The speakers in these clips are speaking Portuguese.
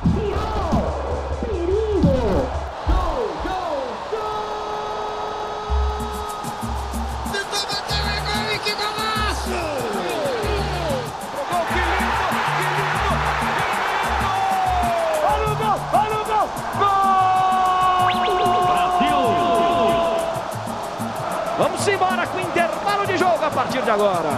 Vamos embora com o intervalo de jogo a partir de agora.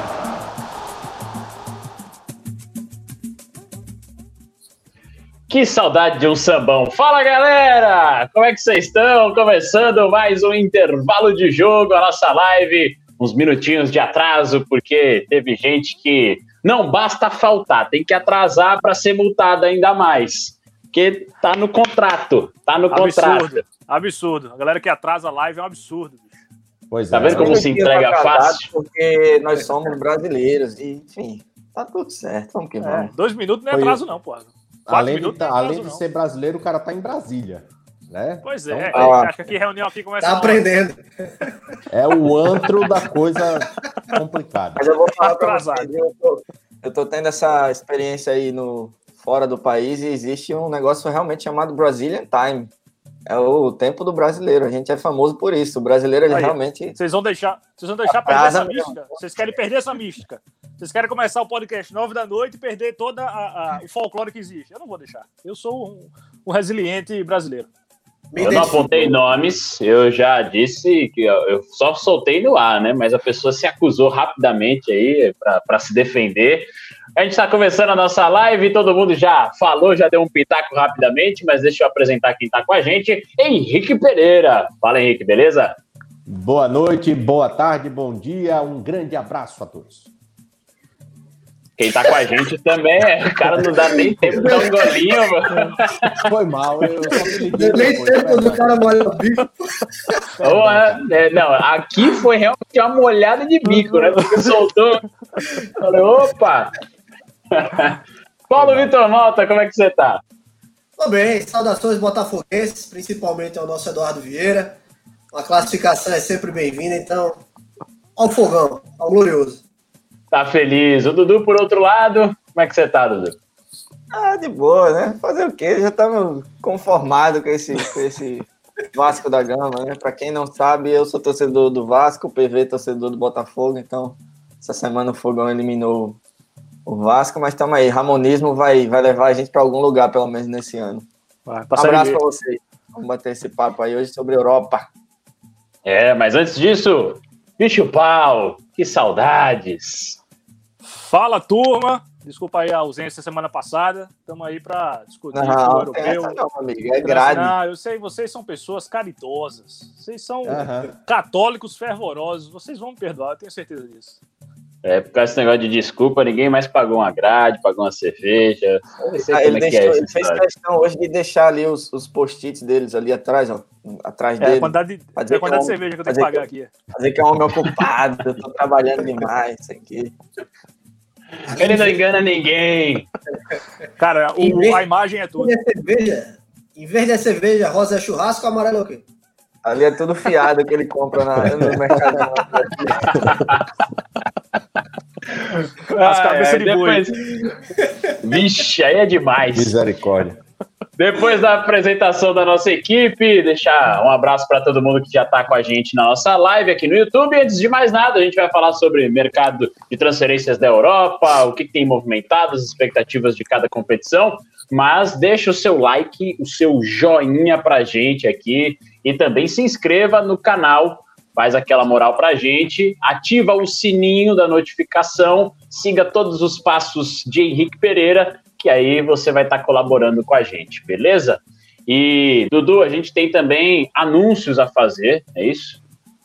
Que saudade de um sambão. Fala, galera! Como é que vocês estão? Começando mais um intervalo de jogo, a nossa live. Uns minutinhos de atraso, porque teve gente que não basta faltar, tem que atrasar para ser multada ainda mais. Porque tá no contrato, Absurdo. A galera que atrasa a live é um absurdo. Pois tá vendo como se entrega fácil? Porque nós somos brasileiros e, enfim, tá tudo certo. Vamos que vamos. 2 minutos não é atraso não, porra. Além de ser brasileiro, o cara tá em Brasília, né? Pois então, é. Acho que aqui reunião aqui começa... Tá aprendendo. É o antro da coisa complicada. Mas eu vou falar pra vocês, eu tô tendo essa experiência aí fora do país e existe um negócio realmente chamado Brazilian Time. É o tempo do brasileiro, a gente é famoso por isso. O brasileiro, ele realmente... Vocês vão deixar perder essa mística? Vocês querem perder essa mística? Vocês querem começar o podcast 9 da noite e perder todo o folclore que existe? Eu não vou deixar. Eu sou um resiliente brasileiro. Eu não apontei nomes, eu já disse que eu só soltei no ar, né? Mas a pessoa se acusou rapidamente aí para se defender. A gente está começando a nossa live, todo mundo já falou, já deu um pitaco rapidamente, mas deixa eu apresentar quem está com a gente, Henrique Pereira. Fala, Henrique, beleza? Boa noite, boa tarde, bom dia, um grande abraço a todos. Quem tá com a gente também o cara não dá nem tempo de dar um golinho, mano. Foi mal, eu só me liguei. Nem tempo do cara molhar o bico. Não, aqui foi realmente uma molhada de bico, né? Porque soltou. Falei, opa! Paulo Vitor Malta, como é que você tá? Tô bem, saudações botafoguenses, principalmente ao nosso Eduardo Vieira. A classificação é sempre bem-vinda, então, ao fogão, ao glorioso. Tá feliz. O Dudu, por outro lado, como é que você tá, Dudu? De boa, né? Fazer o quê? Já estamos conformados com esse Vasco da Gama, né? Pra quem não sabe, eu sou torcedor do Vasco, o PV torcedor do Botafogo, então essa semana o Fogão eliminou o Vasco, mas estamos aí, Ramonismo vai levar a gente para algum lugar, pelo menos nesse ano. Um abraço para vocês. Vamos bater esse papo aí hoje sobre Europa. Mas antes disso, bicho pau, que saudades. Fala, turma. Desculpa aí a ausência semana passada. Estamos aí para discutir o europeu. Não, amigo, é grade. Eu sei, vocês são pessoas caritosas. Vocês são católicos fervorosos. Vocês vão me perdoar, eu tenho certeza disso. Por causa desse negócio de desculpa, ninguém mais pagou uma grade, pagou uma cerveja. Ele fez questão hoje de deixar ali os post-its deles ali atrás, ó. Atrás dele. A quantidade de cerveja que eu tenho que pagar aqui. Fazer que é um homem ocupado, eu tô trabalhando demais, isso aqui. Ele não engana ninguém. Cara, a imagem é tudo. Em vez da cerveja, rosa é churrasco, amarelo é o quê? Ali é tudo fiado que ele compra no mercado. As cabeças de boi. Vixe, aí é demais. Misericórdia. Depois da apresentação da nossa equipe, deixar um abraço para todo mundo que já está com a gente na nossa live aqui no YouTube. Antes de mais nada, a gente vai falar sobre mercado de transferências da Europa, o que tem movimentado, as expectativas de cada competição. Mas deixa o seu like, o seu joinha para a gente aqui e também se inscreva no canal, faz aquela moral para a gente, ativa o sininho da notificação, siga todos os passos de Henrique Pereira, que aí você vai estar colaborando com a gente, beleza? E, Dudu, a gente tem também anúncios a fazer, é isso?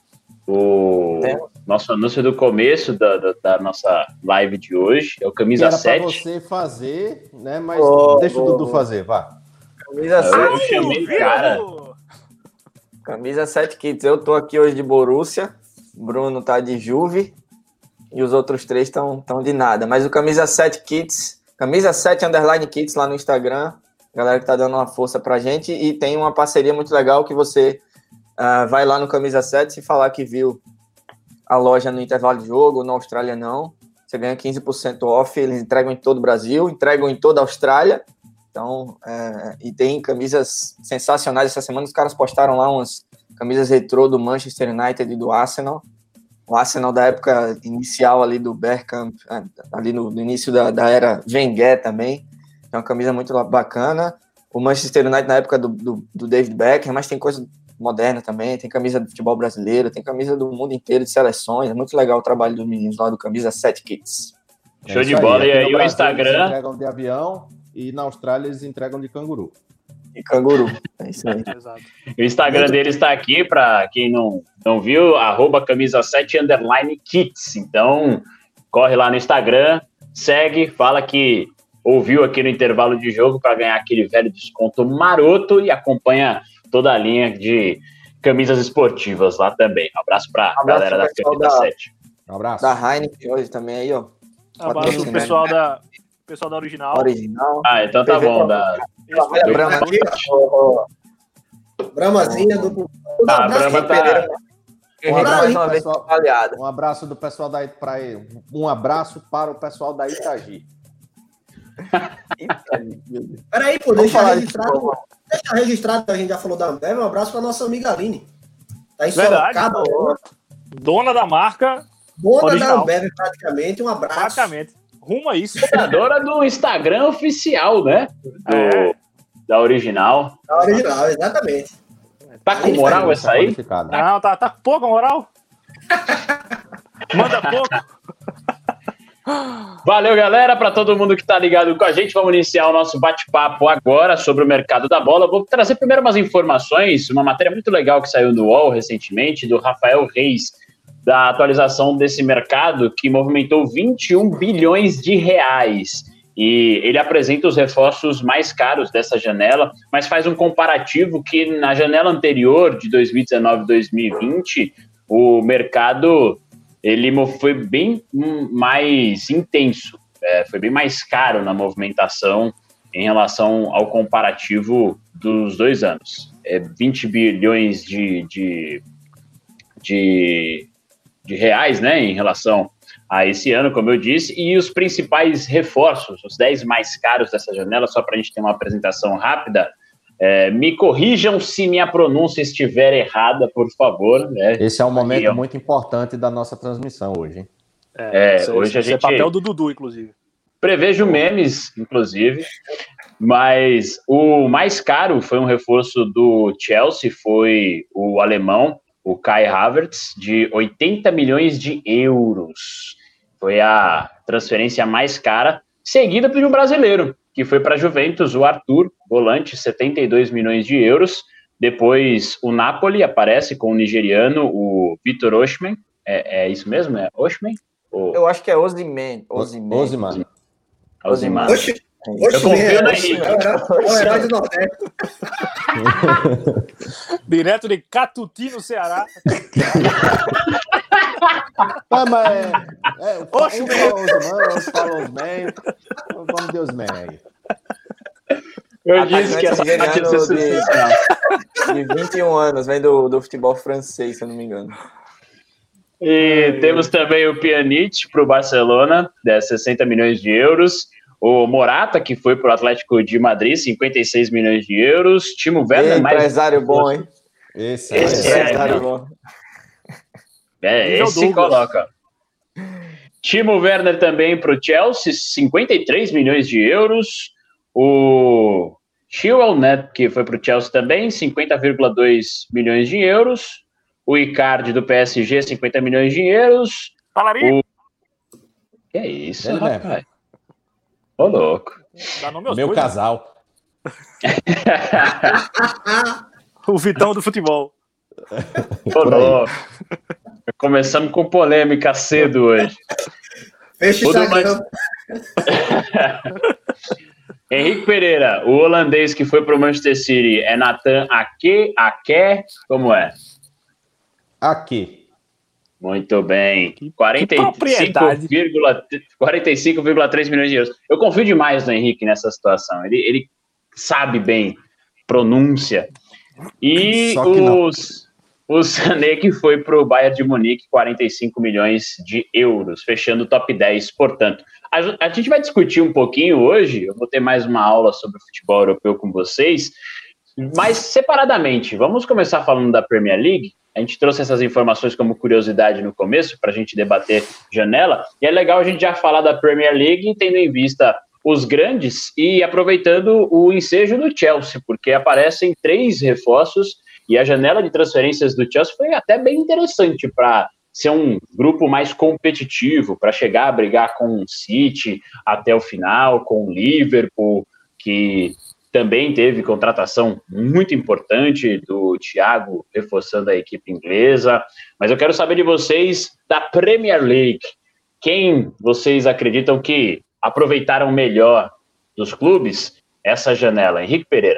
Nosso anúncio do começo da nossa live de hoje é o Camisa 7. Era para você fazer, né? Mas deixa o Dudu fazer, vá. Camisa 7. Eu chamei, cara. Camisa 7 Kits. Eu tô aqui hoje de Borussia, Bruno tá de Juve e os outros 3 estão de nada. Mas o Camisa 7 Kits, Camisa 7 _ Kits lá no Instagram, galera que tá dando uma força pra gente, e tem uma parceria muito legal que você vai lá no Camisa 7 e falar que viu a loja no intervalo de jogo, na Austrália não, você ganha 15% off, eles entregam em todo o Brasil, entregam em toda a Austrália, Então, e tem camisas sensacionais. Essa semana os caras postaram lá umas camisas retrô do Manchester United e do Arsenal. O Arsenal da época inicial ali do Bergkamp, ali no início da era Wenger também. É uma camisa muito bacana. O Manchester United na época do David Beckham, mas tem coisa moderna também, tem camisa do futebol brasileiro, tem camisa do mundo inteiro de seleções. É muito legal o trabalho dos meninos lá do Camisa 7 Kids. Show de bola. E aí o Brasil, Instagram... Eles entregam de avião e na Austrália eles entregam de canguru. E canguru, é isso aí. Exato. O Instagram deles está aqui, para quem não viu, @camisa7_kits. Então, corre lá no Instagram, segue, fala que ouviu aqui no intervalo de jogo para ganhar aquele velho desconto maroto e acompanha toda a linha de camisas esportivas lá também. Um abraço para a galera da Camisa 7. Um abraço. Da Heineken hoje também aí, ó. Abraço pro pessoal da Original. Então tá bom. Bramazinha do... Brama tá... Um abraço do pessoal da um abraço para o pessoal da Itagi. Peraí, pô, deixa registrado que a gente já falou da Ambev. Um abraço para nossa amiga Aline. Tá em Sorocaba. Dona da marca. Dona original. Da Ambev, praticamente. Um abraço. Praticamente. Rumo a isso. Criadora do Instagram oficial, né? Da Original. Da Original, exatamente. Tá com moral essa aí? Não, tá com pouca moral. Manda pouco. Valeu, galera, para todo mundo que tá ligado com a gente. Vamos iniciar o nosso bate-papo agora sobre o mercado da bola. Vou trazer primeiro umas informações, uma matéria muito legal que saiu no UOL recentemente, do Rafael Reis, da atualização desse mercado, que movimentou 21 bilhões de reais. E ele apresenta os reforços mais caros dessa janela, mas faz um comparativo que na janela anterior, de 2019-2020, o mercado ele foi bem mais intenso, foi bem mais caro na movimentação em relação ao comparativo dos 2 anos. 20 bilhões de reais, né, em relação a esse ano, como eu disse, e os principais reforços, os 10 mais caros dessa janela, só para a gente ter uma apresentação rápida. Me corrijam se minha pronúncia estiver errada, por favor. Esse é um momento muito importante da nossa transmissão hoje, hein? Hoje a gente... é papel do Dudu, inclusive. Prevejo memes, inclusive, mas o mais caro foi um reforço do Chelsea, foi o alemão, o Kai Havertz, de 80 milhões de euros. Foi a transferência mais cara, seguida por um brasileiro, que foi para a Juventus, o Arthur, volante, 72 milhões de euros. Depois o Napoli aparece com o nigeriano, o Vitor Osimhen. É isso mesmo? É Osimhen? Eu acho que é Osimhen. Osimhen. Eu confio no Henrique. O herói do Nordeste. Direto de Catuti, no Ceará. Vamos Deus bem. Eu disse que essa parte ia ser sensacional. De 21 anos, vem do futebol francês, se eu não me engano. E temos também o Pjanic para o Barcelona, 60 milhões de euros. O Morata, que foi para o Atlético de Madrid, 56 milhões de euros. Timo Werner, mais... Empresário bom, hein? Esse empresário bom. Esse coloca. Timo Werner também para o Chelsea, 53 milhões de euros. O Chilwell, né, que foi para o Chelsea também, 50,2 milhões de euros. O Icardi do PSG, 50 milhões de euros. Que é isso, rapaz? Ô, louco. Dá nome aos Meu dois, casal. O Vitão do futebol. Ô, louco. Começamos com polêmica cedo hoje. Fecha o Instagram. Henrique Pereira, o holandês que foi para o Manchester City é Nathan Ake? Como é? Ake. Muito bem. 45,3 milhões de euros. Eu confio demais no Henrique nessa situação. Ele sabe bem pronúncia. E o Sané, que foi para o Bayern de Munique, 45 milhões de euros, fechando o top 10, portanto. A gente vai discutir um pouquinho hoje, eu vou ter mais uma aula sobre futebol europeu com vocês, mas separadamente. Vamos começar falando da Premier League. A gente trouxe essas informações como curiosidade no começo, para a gente debater janela, e é legal a gente já falar da Premier League, tendo em vista os grandes e aproveitando o ensejo do Chelsea, porque aparecem 3 reforços e a janela de transferências do Chelsea foi até bem interessante para ser um grupo mais competitivo, para chegar a brigar com o City até o final, com o Liverpool, que também teve contratação muito importante do Thiago, reforçando a equipe inglesa. Mas eu quero saber de vocês da Premier League. Quem vocês acreditam que aproveitaram melhor dos clubes essa janela? Henrique Pereira.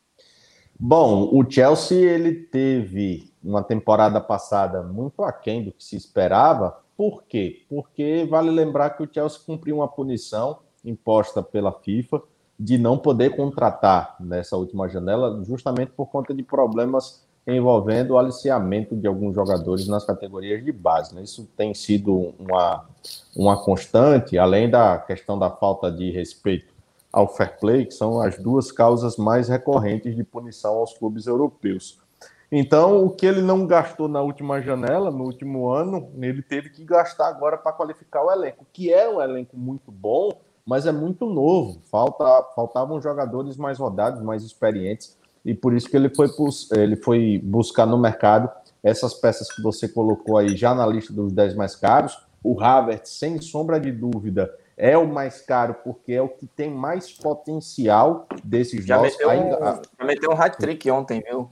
Bom, o Chelsea ele teve uma temporada passada muito aquém do que se esperava. Por quê? Porque vale lembrar que o Chelsea cumpriu uma punição imposta pela FIFA de não poder contratar nessa última janela, justamente por conta de problemas envolvendo o aliciamento de alguns jogadores nas categorias de base, né? Isso tem sido uma constante, além da questão da falta de respeito ao fair play, que são as 2 causas mais recorrentes de punição aos clubes europeus. Então, o que ele não gastou na última janela, no último ano, ele teve que gastar agora para qualificar o elenco, que é um elenco muito bom, mas é muito novo. Faltavam jogadores mais rodados, mais experientes, e por isso que ele foi buscar no mercado essas peças que você colocou aí já na lista dos 10 mais caros. O Havertz, sem sombra de dúvida, é o mais caro, porque é o que tem mais potencial desses jogos. Já meteu um hat-trick ontem, viu?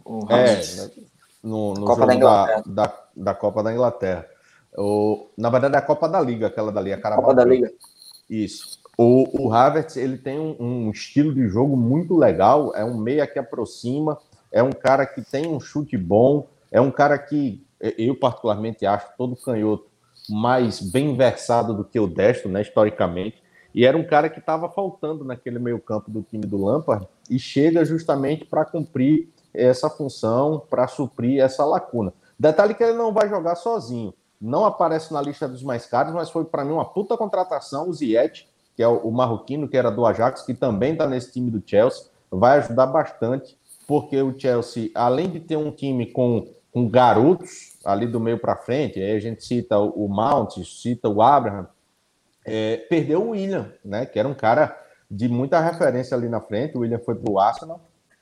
No Copa jogo da Copa da Inglaterra. Na verdade, é a Copa da Liga, aquela dali, a Carabao. Copa da Liga. Isso. O Havertz, ele tem um estilo de jogo muito legal, é um meia que aproxima, é um cara que tem um chute bom, é um cara que eu particularmente acho todo canhoto mais bem versado do que o destro, né, historicamente, e era um cara que estava faltando naquele meio campo do time do Lampard e chega justamente para cumprir essa função, para suprir essa lacuna. Detalhe que ele não vai jogar sozinho, não aparece na lista dos mais caros, mas foi para mim uma puta contratação, o Ziyech, que é o marroquino, que era do Ajax, que também está nesse time do Chelsea, vai ajudar bastante, porque o Chelsea, além de ter um time com garotos ali do meio para frente, aí a gente cita o Mount, cita o Abraham, perdeu o William, né, que era um cara de muita referência ali na frente. O William foi para o Arsenal.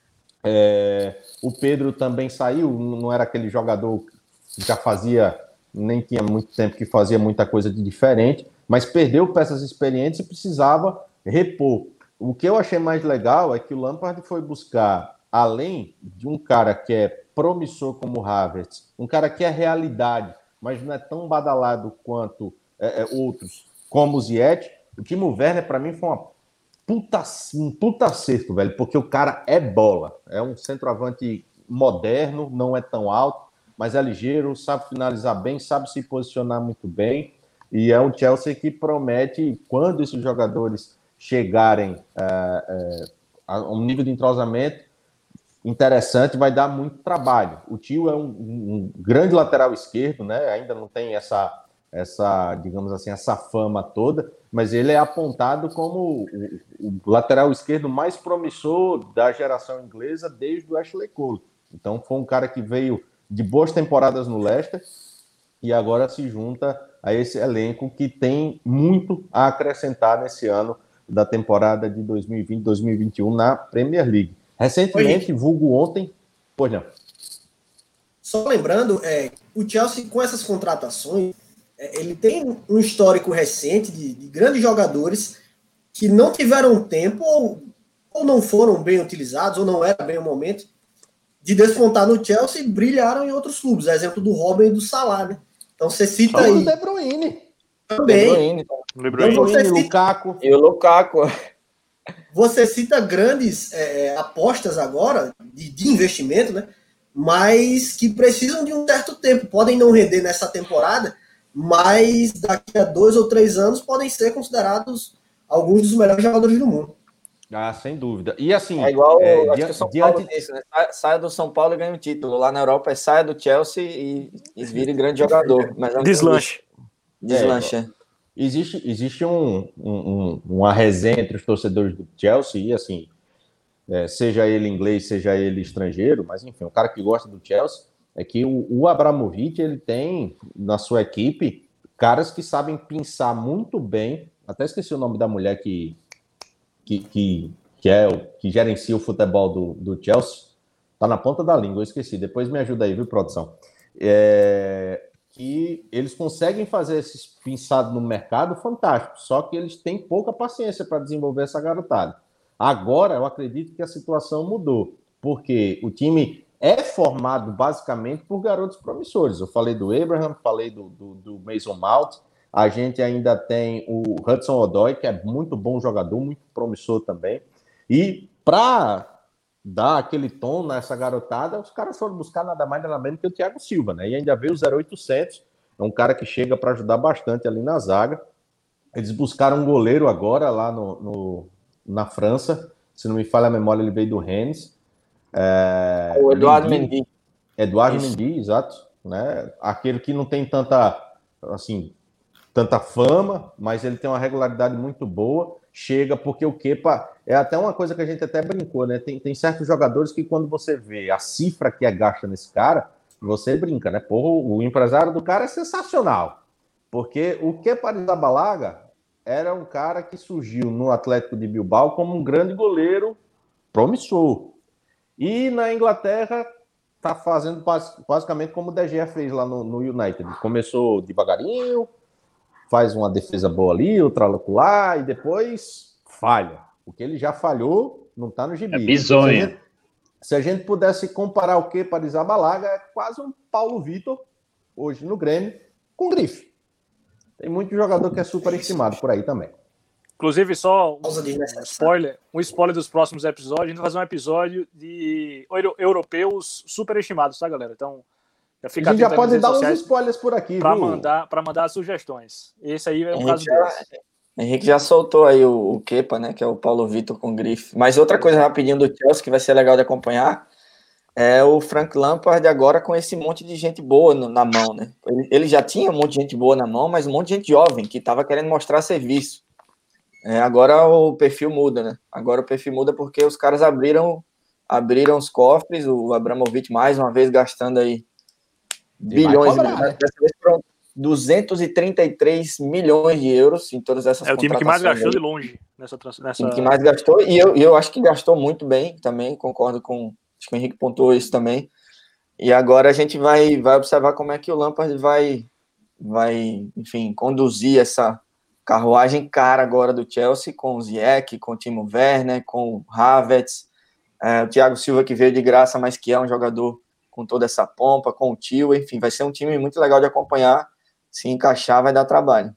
O Pedro também saiu, não era aquele jogador que já fazia, nem tinha muito tempo que fazia muita coisa de diferente, mas perdeu peças experientes e precisava repor. O que eu achei mais legal é que o Lampard foi buscar, além de um cara que é promissor como o Havertz, um cara que é realidade, mas não é tão badalado quanto outros, como o Ziyech. O Timo Werner, para mim, foi um puta acerto, velho, porque o cara é bola. É um centroavante moderno, não é tão alto, mas é ligeiro, sabe finalizar bem, sabe se posicionar muito bem. E é um Chelsea que promete, quando esses jogadores chegarem a um nível de entrosamento interessante, vai dar muito trabalho. O Tio é um grande lateral esquerdo, né? Ainda não tem essa, digamos assim, essa fama toda, mas ele é apontado como o lateral esquerdo mais promissor da geração inglesa desde o Ashley Cole. Então foi um cara que veio de boas temporadas no Leicester e agora se junta a esse elenco que tem muito a acrescentar nesse ano da temporada de 2020-2021 na Premier League. Recentemente, vulgo ontem... Pois não. Só lembrando, o Chelsea, com essas contratações, ele tem um histórico recente de grandes jogadores que não tiveram tempo ou não foram bem utilizados, ou não era bem o momento de despontar no Chelsea e brilharam em outros clubes. Exemplo do Robin e do Salah, né? Então você cita aí... O De Bruyne. Também. De Bruyne, Lukaku. E o Lukaku. Você cita grandes apostas agora, de investimento, né? Mas que precisam de um certo tempo. Podem não render nessa temporada, mas daqui a 2 ou 3 anos podem ser considerados alguns dos melhores jogadores do mundo. Ah, sem dúvida. E assim... É igual acho que o São Paulo disse, né? Saia do São Paulo e ganha um título. Lá na Europa saia do Chelsea e vire grande jogador. Mas Deslanche. Deslanche. Existe uma resenha entre os torcedores do Chelsea, e assim, seja ele inglês, seja ele estrangeiro, mas enfim, o cara que gosta do Chelsea, é que o Abramovich, ele tem na sua equipe caras que sabem pensar muito bem, até esqueci o nome da mulher que gerencia o futebol do Chelsea, tá na ponta da língua, eu esqueci, depois me ajuda aí, viu, produção? Que eles conseguem fazer esses pinçados no mercado fantástico, só que eles têm pouca paciência para desenvolver essa garotada. Agora, eu acredito que a situação mudou, porque o time é formado basicamente por garotos promissores. Eu falei do Abraham, falei do Mason Mount, a gente ainda tem o Hudson-Odoi, que é muito bom jogador, muito promissor também. E para dar aquele tom nessa garotada, os caras foram buscar nada mais nada menos que o Thiago Silva, né? E ainda veio o 0800, é um cara que chega para ajudar bastante ali na zaga. Eles buscaram um goleiro agora lá na França, se não me falha a memória, ele veio do Rennes. O Eduardo Mendy. Eduardo Mendy, exato. Né? Aquele que não tem tanta fama, mas ele tem uma regularidade muito boa. Chega porque o Kepa é até uma coisa que a gente até brincou, né? Tem certos jogadores que quando você vê a cifra que é gasta nesse cara, você brinca, né? Porra, o empresário do cara é sensacional. Porque o Kepa Arrizabalaga era um cara que surgiu no Atlético de Bilbao como um grande goleiro promissor. E na Inglaterra tá fazendo basicamente como o De Gea fez lá no United. Começou devagarinho, faz uma defesa boa ali, outra lá, e depois falha. O que ele já falhou não tá no gibi. É bizonho. Se a gente pudesse comparar o Kepa Arrizabalaga, é quase um Paulo Vitor, hoje no Grêmio, com grife. Tem muito jogador que é superestimado por aí também. Inclusive, só um spoiler dos próximos episódios. A gente vai fazer um episódio de europeus superestimados, tá, galera? Então, a gente já pode dar uns spoilers por aqui, para mandar sugestões. Esse aí é um caso desse. Henrique já soltou aí o Kepa, né? Que é o Paulo Vitor com grife. Mas outra coisa rapidinho do Chelsea que vai ser legal de acompanhar é o Frank Lampard agora com esse monte de gente boa na mão, né? Ele já tinha um monte de gente boa na mão, mas um monte de gente jovem que estava querendo mostrar serviço. Agora o perfil muda, né? Agora o perfil muda porque os caras abriram os cofres, o Abramovich mais uma vez gastando aí bilhões, dessa vez foram 233 milhões de euros em todas essas contratações. É o time que mais gastou de longe nessa. O time que mais gastou, e eu acho que gastou muito bem também, concordo acho que o Henrique pontuou isso também. E agora a gente vai observar como é que o Lampard vai, enfim, conduzir essa carruagem cara agora do Chelsea, com o Ziyech, com o Timo Werner, com o Havertz, o Thiago Silva que veio de graça, mas que é um jogador com toda essa pompa, com o Tio, enfim, vai ser um time muito legal de acompanhar, se encaixar vai dar trabalho.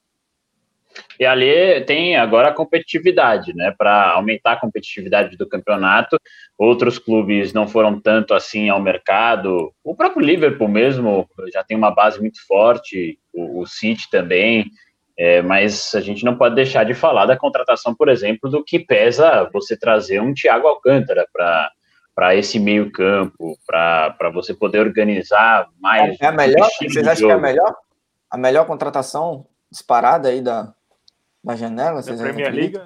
E ali tem agora a competitividade, né? Para aumentar a competitividade do campeonato. Outros clubes não foram tanto assim ao mercado. O próprio Liverpool mesmo já tem uma base muito forte, o City também. Mas a gente não pode deixar de falar da contratação, por exemplo, do que pesa você trazer um Thiago Alcântara para esse meio campo, para você poder organizar mais. É a melhor? Vocês acham que é a melhor? A melhor contratação disparada aí da janela? Da Premier League?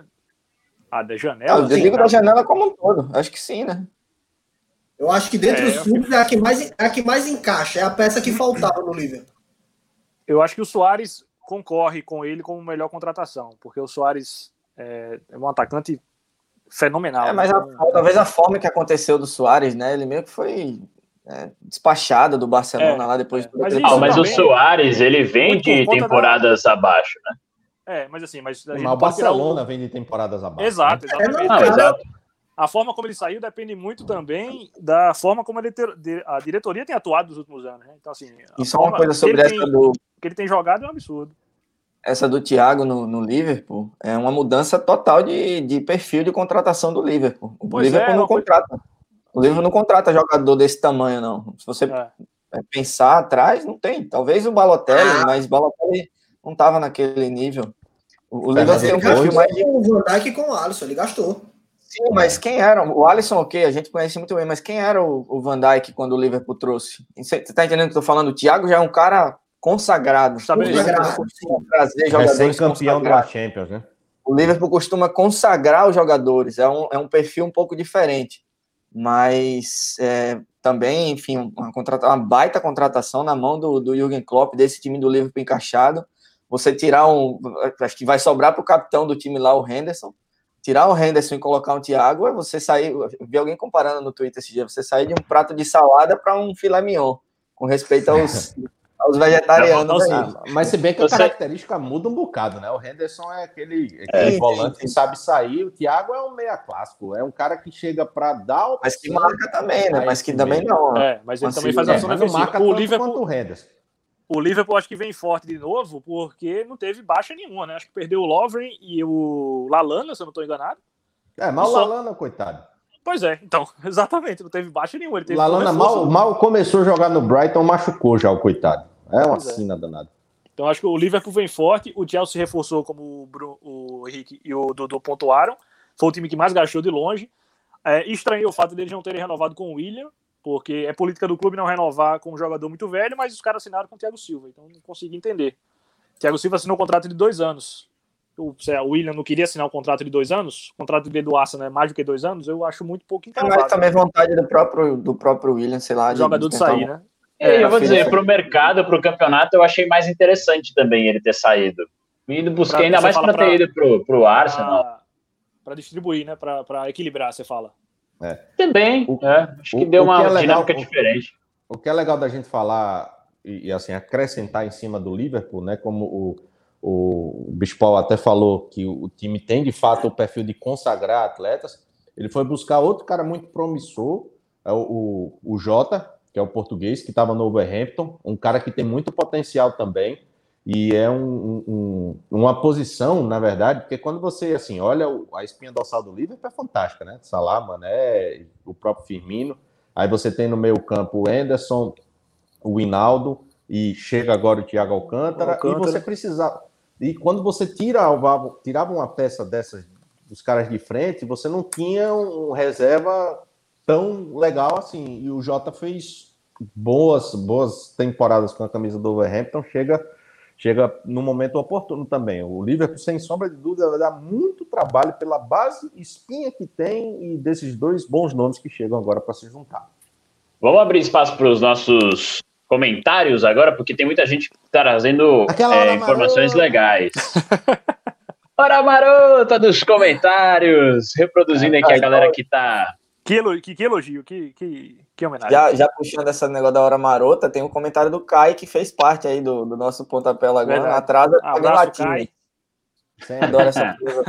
Da janela? Eu digo da janela como um todo. Acho que sim, né? Eu acho que dentre os clubes é a que mais encaixa, é a peça que faltava no Liverpool. Eu acho que o Suárez concorre com ele como melhor contratação, porque o Suárez é um atacante fenomenal. Mas talvez a forma que aconteceu do Suárez, né? Ele meio que foi despachado do Barcelona lá depois. Mas o Suárez, ele vem de temporadas abaixo, né? Mas assim, mas o Barcelona vem de temporadas abaixo. Exato, exatamente. Exato. A forma como ele saiu depende muito também da forma como a diretoria tem atuado nos últimos anos, né? Então, assim, isso é uma coisa sobre essa que ele tem jogado é um absurdo. Essa do Thiago no Liverpool é uma mudança total de perfil de contratação do Liverpool. O Liverpool não contrata. O Liverpool não contrata jogador desse tamanho, não. Se você pensar atrás, não tem. Talvez o Balotelli, mas o Balotelli não estava naquele nível. O Liverpool tem um perfil mais de... O Van Dijk com o Alisson, ele gastou. Sim, mas quem era? O Alisson, ok, a gente conhece muito bem, mas quem era o Van Dijk quando o Liverpool trouxe? Você tá entendendo o que eu tô falando? O Thiago já é um cara consagrado. Trazer jogadores recém-campeão da Champions, né? O Liverpool costuma consagrar os jogadores, é um perfil um pouco diferente, mas também, enfim, uma baita contratação na mão do Jürgen Klopp, desse time do Liverpool encaixado. Você tirar acho que vai sobrar para o capitão do time lá, o Henderson, tirar o Henderson e colocar um Thiago, é você sair, eu vi alguém comparando no Twitter esse dia, você sair de um prato de salada para um filé mignon, com respeito aos vegetarianos. Mas se bem que a característica muda um bocado, né? O Henderson é aquele volante que sabe sair, o Thiago é um meia clássico, é um cara que chega para dar opção, mas que marca também, né? Mas que também não. Mas ele também faz ação defensiva. Marca o Liverpool quanto o Henderson. O Liverpool acho que vem forte de novo, porque não teve baixa nenhuma, né? Acho que perdeu o Lovren e o Lallana, se eu não estou enganado. Mas o Lallana, coitado. Pois é, então, exatamente, não teve baixa nenhuma. Ele teve Lallana mal começou a jogar no Brighton, machucou já o coitado. É uma sina danada. Então acho que o Liverpool vem forte, o Chelsea reforçou, como o Henrique e o Dudu pontuaram, foi o time que mais gastou de longe. Estranhei o fato deles não terem renovado com o Willian, porque é política do clube não renovar com um jogador muito velho, mas os caras assinaram com o Thiago Silva, então não consegui entender. O Thiago Silva assinou um contrato de 2 anos. O Willian não queria assinar um contrato de 2 anos, o contrato dele do Arsenal é mais do que 2 anos, eu acho muito pouco improvável. Mas também vontade do próprio Willian, sei lá. O jogador de sair, né? Eu vou dizer, pro mercado, pro campeonato, eu achei mais interessante também ele ter saído. Busquei ainda mais para ter ido pro Arsenal. Para distribuir, né? Para equilibrar, você fala. Também, acho que deu uma dinâmica diferente. O que é legal da gente falar e assim, acrescentar em cima do Liverpool, né? Como o Bispo até falou que o time tem de fato o perfil de consagrar atletas. Ele foi buscar outro cara muito promissor, o Jota, que é o português, que estava no Wolverhampton, um cara que tem muito potencial também, e é uma posição, na verdade, porque quando você, assim, olha a espinha dorsal do Liverpool é fantástica, né? Salah, Mané, o próprio Firmino, aí você tem no meio campo o Henderson, o Wijnaldum, e chega agora o Thiago Alcântara, e você precisava... E quando você tirava uma peça dessas dos caras de frente, você não tinha um reserva tão legal assim. E o Jota fez boas temporadas com a camisa do Wolverhampton, chega no momento oportuno também. O Liverpool, sem sombra de dúvida, vai dar muito trabalho pela base espinha que tem e desses 2 bons nomes que chegam agora para se juntar. Vamos abrir espaço para os nossos comentários agora, porque tem muita gente trazendo informações legais. Hora marota dos comentários, reproduzindo aqui a galera que tá... Que elogio, que homenagem. Já puxando esse negócio da hora marota, tem um comentário do Kai, que fez parte aí do nosso pontapé agora, atrasa abraço, Kai. Adoro essa coisa.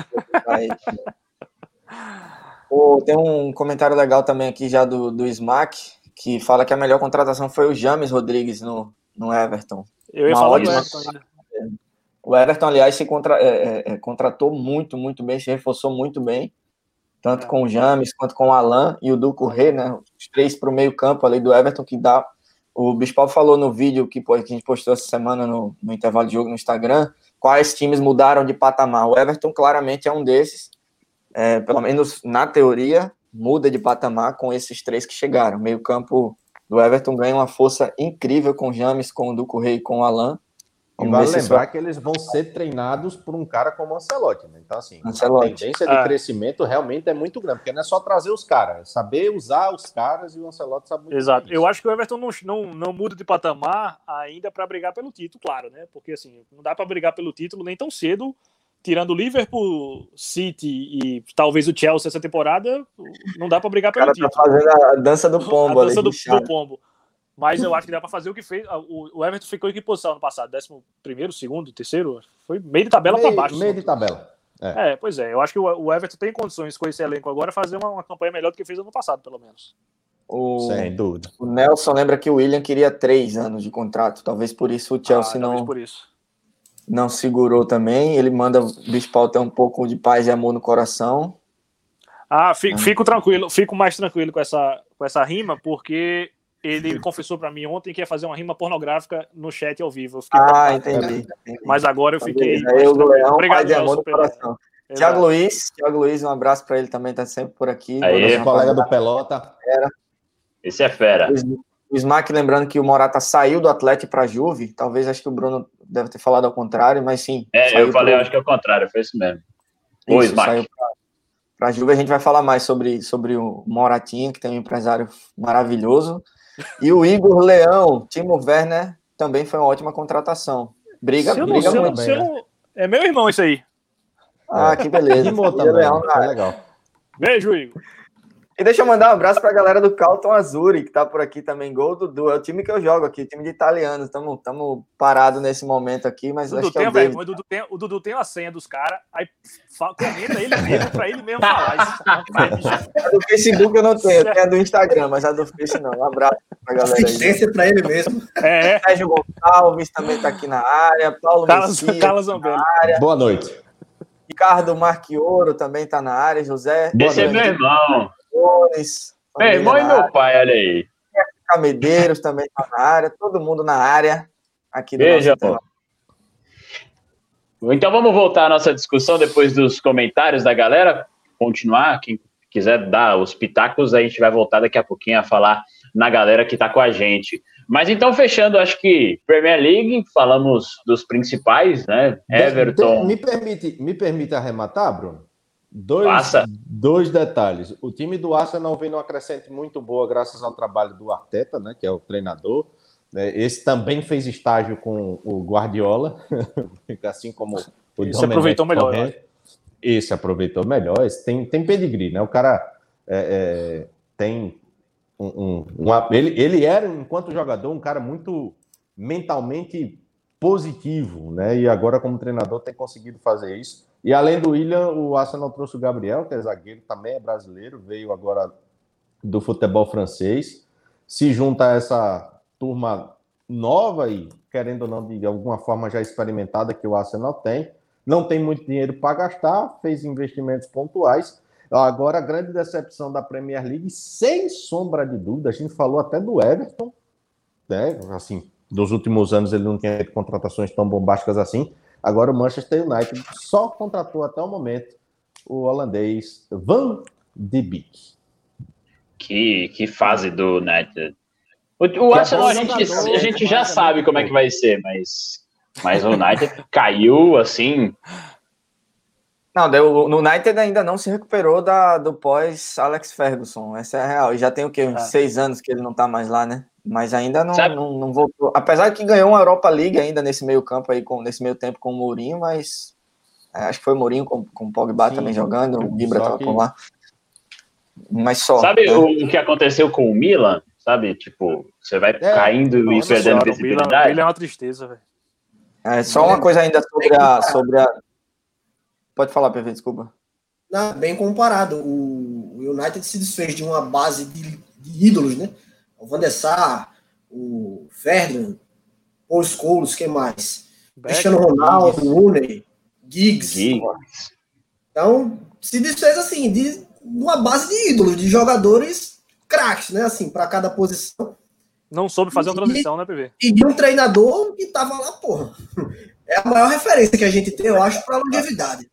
Tem um comentário legal também aqui já do Smack, que fala que a melhor contratação foi o James Rodrigues no Everton. Eu ia falar do Everton ainda. O Everton, aliás, se contratou muito, muito bem, se reforçou muito bem, tanto com o James quanto com o Alan e o Doucouré, né? Os 3 para o meio campo ali do Everton, que dá... O Bispo falou no vídeo que a gente postou essa semana no intervalo de jogo no Instagram, quais times mudaram de patamar. O Everton claramente é um desses, pelo menos na teoria, muda de patamar com esses 3 que chegaram. O meio campo do Everton ganha uma força incrível com o James, com o Doucouré e com o Alan. E vale lembrar que eles vão ser treinados por um cara como o Ancelotti, né? Então, assim, a tendência de crescimento realmente é muito grande, porque não é só trazer os caras, é saber usar os caras, e o Ancelotti sabe muito. Exato. Eu acho que o Everton não muda de patamar ainda para brigar pelo título, claro, né? Porque, assim, não dá para brigar pelo título nem tão cedo, tirando o Liverpool, City e talvez o Chelsea essa temporada, não dá para brigar pelo título. O cara tá fazendo a dança do pombo. A dança do pombo. Mas eu acho que dá para fazer o que fez. O Everton ficou em que posição ano passado? 11º, 2º, 3º? Foi meio de tabela para baixo. Meio de tabela. Pois é. Eu acho que o Everton tem condições com esse elenco agora fazer uma campanha melhor do que fez ano passado, pelo menos. Sem dúvida. O Nelson lembra que o Willian queria 3 anos de contrato. Talvez por isso o Chelsea não segurou também. Ele manda o Bispo ter um pouco de paz e amor no coração. Fico mais tranquilo com essa rima, porque ele confessou pra mim ontem que ia fazer uma rima pornográfica no chat ao vivo. Entendi. Mas agora eu fiquei... Obrigado, Nelson. Thiago Luiz, um abraço pra ele também, tá sempre por aqui. Aí, colega do Pelota. Esse é fera. O Smack, lembrando que o Morata saiu do Atlético para a Juve, talvez acho que o Bruno deve ter falado ao contrário, mas sim. Eu falei, acho que é o contrário, foi isso mesmo. O Smack. Saiu para a Juve, a gente vai falar mais sobre o Moratinha, que tem um empresário maravilhoso. E o Igor Leão, Timo Werner, também foi uma ótima contratação. Briga muito. É meu irmão isso aí. Ah, que beleza. Leão, tá legal. Beijo, Igor. E deixa eu mandar um abraço pra galera do Carlton Azzurri, que tá por aqui também. Gol do Dudu. É o time que eu jogo aqui, time de italianos. Estamos parados nesse momento aqui, mas Dudu acho que é o Dudu tem a senha dos caras, aí comenta ele mesmo pra ele mesmo falar isso. A do Facebook eu não tenho, eu tenho a do Instagram, mas a do Face não. Um abraço pra galera aí. Assistência pra ele mesmo. Sérgio Gonçalves também tá aqui na área. Paulo Messias na área. Boa noite. Ricardo Marchioro também tá na área. José. Esse é meu irmão. Meu irmão e meu pai, olha aí. Medeiros também tá na área, todo mundo na área aqui do Beijo, nosso Então vamos voltar à nossa discussão depois dos comentários da galera, continuar, quem quiser dar os pitacos, a gente vai voltar daqui a pouquinho a falar na galera que tá com a gente. Mas então, fechando, acho que Premier League, falamos dos principais, né? Everton. Me permite arrematar, Bruno? Dois detalhes. O time do Arsenal vem numa crescente muito boa graças ao trabalho do Arteta, né, que é o treinador. Esse também fez estágio com o Guardiola, assim como o Esse aproveitou melhor. Esse aproveitou melhor. Esse tem pedigree, né? O cara tem ele era, enquanto jogador, um cara muito mentalmente positivo, né? E agora, como treinador, tem conseguido fazer isso. E além do William, o Arsenal trouxe o Gabriel, que é zagueiro, também é brasileiro, veio agora do futebol francês, se junta a essa turma nova e, querendo ou não, de alguma forma já experimentada que o Arsenal tem. Não tem muito dinheiro para gastar, fez investimentos pontuais. Agora, a grande decepção da Premier League, sem sombra de dúvida, a gente falou até do Everton, né? Assim, dos últimos anos ele não tinha feito contratações tão bombásticas assim. Agora o Manchester United só contratou até o momento o holandês Van de Beek. Que fase do United. O Arsenal a gente já sabe como é que vai ser, mas o United caiu assim. Não, o United ainda não se recuperou do pós Alex Ferguson, essa é a real. E já tem o quê? Uns 6 anos que ele não tá mais lá, né? Mas ainda não voltou. Apesar que ganhou uma Europa League ainda nesse meio campo aí, nesse meio tempo com o Mourinho, mas acho que foi o Mourinho com o Pogba também jogando, o Ibra tava por lá. Mas só. Sabe o que aconteceu com o Milan? Sabe, tipo, você vai caindo e perdendo visibilidade. O Milan é uma tristeza, velho. Só uma coisa ainda sobre a... Pode falar, PV, desculpa. Não, bem comparado. O United se desfez de uma base de ídolos, né? O Van der Sar, o Ferdinand, Paul Scholes, quem mais? Cristiano Ronaldo, Rooney, Giggs. Então, se desfez assim, de uma base de ídolos, de jogadores craques, né? Assim, para cada posição. Não soube fazer uma transição, né, PV? E de um treinador que tava lá, porra. É a maior referência que a gente tem, eu acho, para longevidade.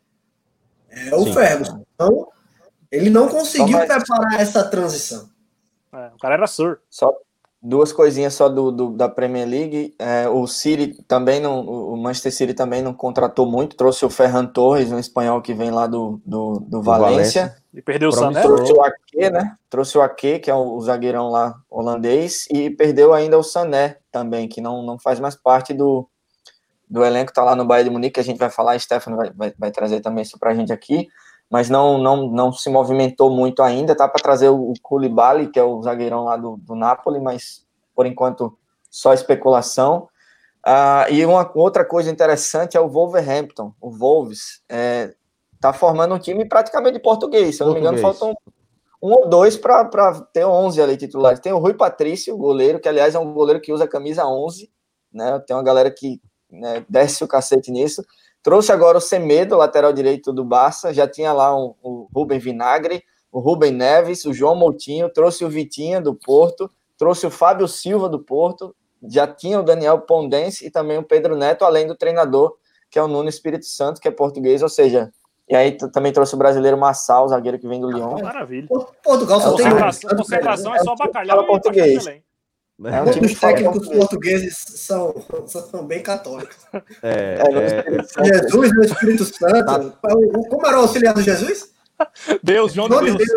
É o Ferguson. Então, ele não conseguiu preparar essa transição. O cara era Sir. Só duas coisinhas só da Premier League. O City também não, o Manchester City também não contratou muito. Trouxe o Ferran Torres, um espanhol que vem lá do Valência. E perdeu o Sané. Trouxe o Ake, né? Trouxe o Ake, que é o zagueirão lá holandês, e perdeu ainda o Sané também, que não faz mais parte do elenco, tá lá no Bayern de Munique, que a gente vai falar, Stefano vai trazer também isso pra gente aqui, mas não se movimentou muito ainda, tá para trazer o Koulibaly, que é o zagueirão lá do Napoli, mas por enquanto só especulação. E uma outra coisa interessante é o Wolverhampton, o Wolves, tá formando um time praticamente português, se eu não me engano, faltam 1 ou 2 para ter 11 ali titulares. Tem o Rui Patrício, goleiro, que aliás é um goleiro que usa a camisa 11, né? Tem uma galera que desce o cacete nisso. Trouxe agora o Semedo, lateral direito do Barça, já tinha lá o Rubem Vinagre, o Rubem Neves, o João Moutinho, trouxe o Vitinha do Porto, trouxe o Fábio Silva do Porto, já tinha o Daniel Pondense e também o Pedro Neto, além do treinador, que é o Nuno Espírito Santo, que é português, ou seja, e aí também trouxe o brasileiro Massal, o zagueiro que vem do Lyon. Maravilha. Portugal só tem concentração é só bacalhau e português. É um time Os técnicos portugueses são bem católicos. Jesus no Espírito Santo. Como era o auxiliar do Jesus? Deus, João de Deus.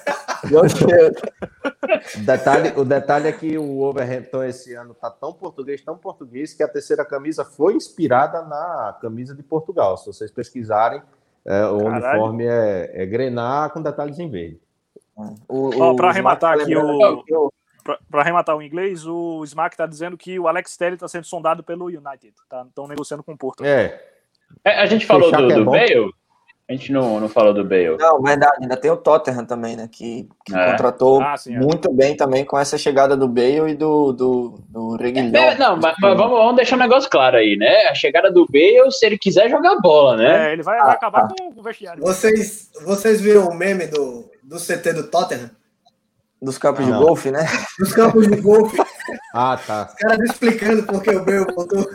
O detalhe é que o Wolverhampton esse ano tá tão português, que a terceira camisa foi inspirada na camisa de Portugal. Se vocês pesquisarem, o uniforme é grená com detalhes em verde. Para arrematar aqui para arrematar o inglês, o Smack está dizendo que o Alex Telles está sendo sondado pelo United. Estão negociando com o Porto. A gente falou do Bale? A gente não falou do Bale. Não, verdade. Ainda tem o Tottenham também, né? Que contratou muito bem também com essa chegada do Bale e do Reguilhão. Não, mas vamos deixar um negócio claro aí, né? A chegada do Bale, se ele quiser jogar bola, né? Ele vai acabar com o vestiário. Vocês viram o meme do CT do Tottenham? Dos campos de golfe, né? Dos campos de golfe. Tá. Os caras explicando porque o Bale voltou.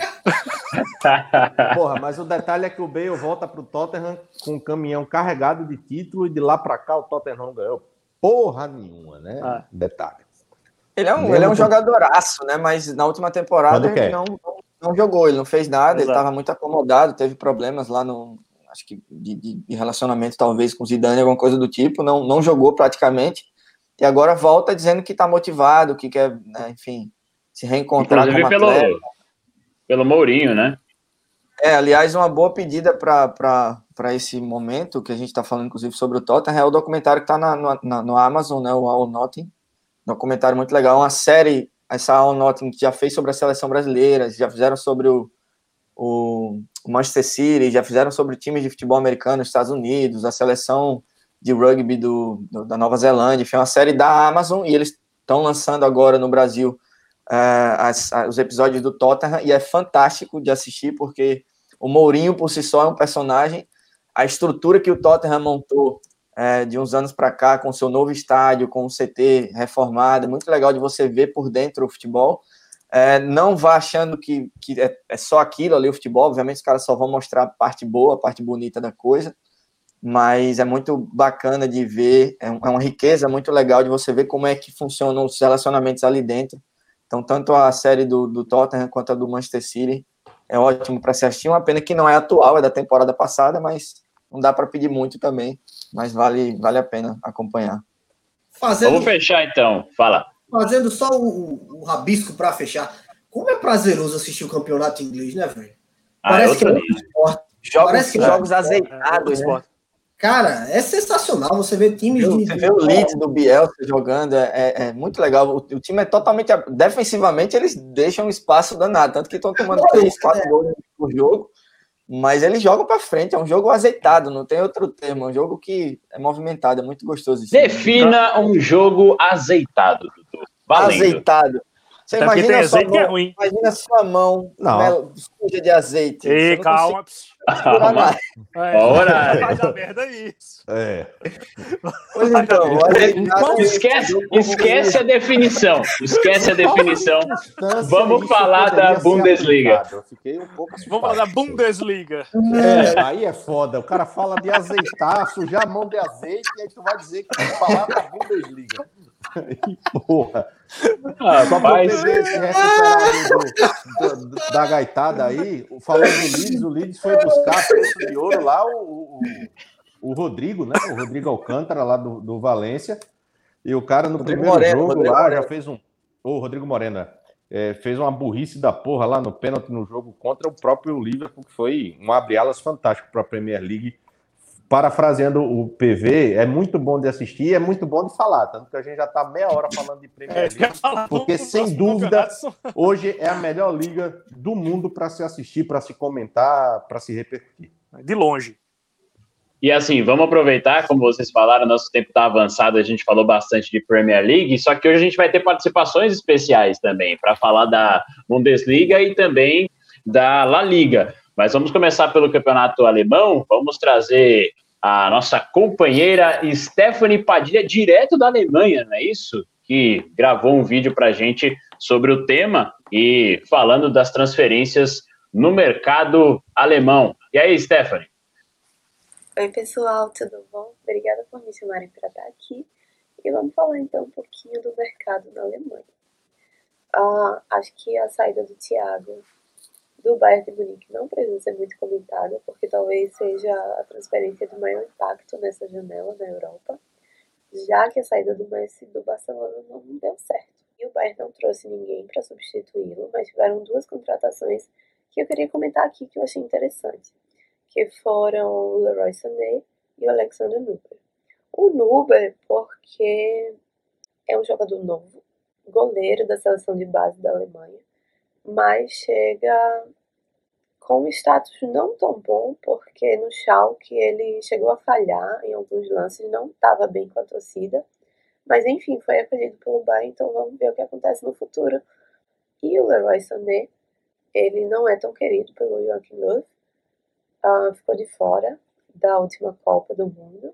Porra, mas o detalhe é que o Bale volta pro Tottenham com um caminhão carregado de título e de lá pra cá o Tottenham não ganhou porra nenhuma, né? Detalhe. Ele é um jogadoraço, né? Mas na última temporada ele não jogou, ele não fez nada, ele estava muito acomodado, teve problemas lá acho que de relacionamento talvez com o Zidane, alguma coisa do tipo, não jogou praticamente. E agora volta dizendo que está motivado, que quer, né, enfim, se reencontrar com o atleta. Pelo Mourinho, né? Aliás, uma boa pedida para esse momento, que a gente está falando, inclusive, sobre o Tottenham, é o documentário que está no Amazon, né, o All Nothing. Documentário muito legal, uma série, essa All Nothing, que já fez sobre a seleção brasileira, já fizeram sobre o Manchester City, já fizeram sobre times de futebol americano nos Estados Unidos, a seleção de rugby da Nova Zelândia, foi uma série da Amazon, e eles estão lançando agora no Brasil os episódios do Tottenham, e é fantástico de assistir, porque o Mourinho por si só é um personagem, a estrutura que o Tottenham montou de uns anos para cá, com o seu novo estádio, com o CT reformado, é muito legal de você ver por dentro o futebol. Não vá achando que é só aquilo ali o futebol, obviamente os caras só vão mostrar a parte boa, a parte bonita da coisa, mas é muito bacana de ver, é uma riqueza muito legal de você ver como é que funcionam os relacionamentos ali dentro. Então, tanto a série do Tottenham quanto a do Manchester City é ótimo para se assistir. Uma pena que não é atual, é da temporada passada, mas não dá para pedir muito também, mas vale a pena acompanhar. Vamos fechar, então. Fala. Fazendo só o rabisco para fechar. Como é prazeroso assistir o campeonato inglês, né, velho? Parece que é outro esporte. Jogos azeitados, né? Cara, é sensacional você ver times Você vê o Leeds do Bielsa jogando, é muito legal. O time é totalmente... Defensivamente, eles deixam um espaço danado, tanto que estão tomando 3, 4 gols por jogo, mas eles jogam para frente, é um jogo azeitado, não tem outro termo, é um jogo que é movimentado, é muito gostoso. Defina um jogo azeitado, Dudu. Azeitado. Você imagina sua mão, imagina sua mão suja de azeite. Ei, calma. Ora, faz a merda isso. Pois então, esquece a definição. Esquece a definição. Vamos falar da Bundesliga. Vamos falar da Bundesliga. Aí é foda. O cara fala de azeitar, sujar a mão de azeite, e aí tu vai dizer que tem que falar da Bundesliga. Aí, porra. Só pra ver esse recuperado da gaitada aí, falando do Leeds foi buscar preço de ouro lá o Rodrigo, né? O Rodrigo Alcântara lá do Valência. E o cara no primeiro jogo lá já fez o Rodrigo Moreno, fez uma burrice da porra lá no pênalti no jogo contra o próprio Liverpool, que foi um abre-alas fantástico para a Premier League. Parafraseando o PV, é muito bom de assistir, é muito bom de falar, tanto que a gente já está meia hora falando de Premier League, porque sem dúvida hoje é a melhor liga do mundo para se assistir, para se comentar, para se repercutir. De longe. E assim, vamos aproveitar, como vocês falaram, nosso tempo está avançado, a gente falou bastante de Premier League, só que hoje a gente vai ter participações especiais também, para falar da Bundesliga e também da La Liga. Mas vamos começar pelo campeonato alemão, vamos trazer a nossa companheira Stephanie Padilha, direto da Alemanha, não é isso? Que gravou um vídeo para a gente sobre o tema e falando das transferências no mercado alemão. E aí, Stephanie? Oi, pessoal, tudo bom? Obrigada por me chamarem para estar aqui. E vamos falar então um pouquinho do mercado na Alemanha. Acho que a saída do Thiago do Bayern de Munique não precisa ser muito comentada, porque talvez seja a transferência de maior impacto nessa janela na Europa, já que a saída do Messi do Barcelona não deu certo. E o Bayern não trouxe ninguém para substituí-lo, mas tiveram 2 contratações que eu queria comentar aqui que eu achei interessante, que foram o Leroy Sané e o Alexander Nübel. O Nübel, porque é um jogador novo, goleiro da seleção de base da Alemanha, mas chega com um status não tão bom, porque no Schalke ele chegou a falhar em alguns lances, não estava bem com a torcida, mas enfim, foi acolhido pelo Bayern, então vamos ver o que acontece no futuro. E o Leroy Sané, ele não é tão querido pelo Joachim Löw, ficou de fora da última Copa do Mundo,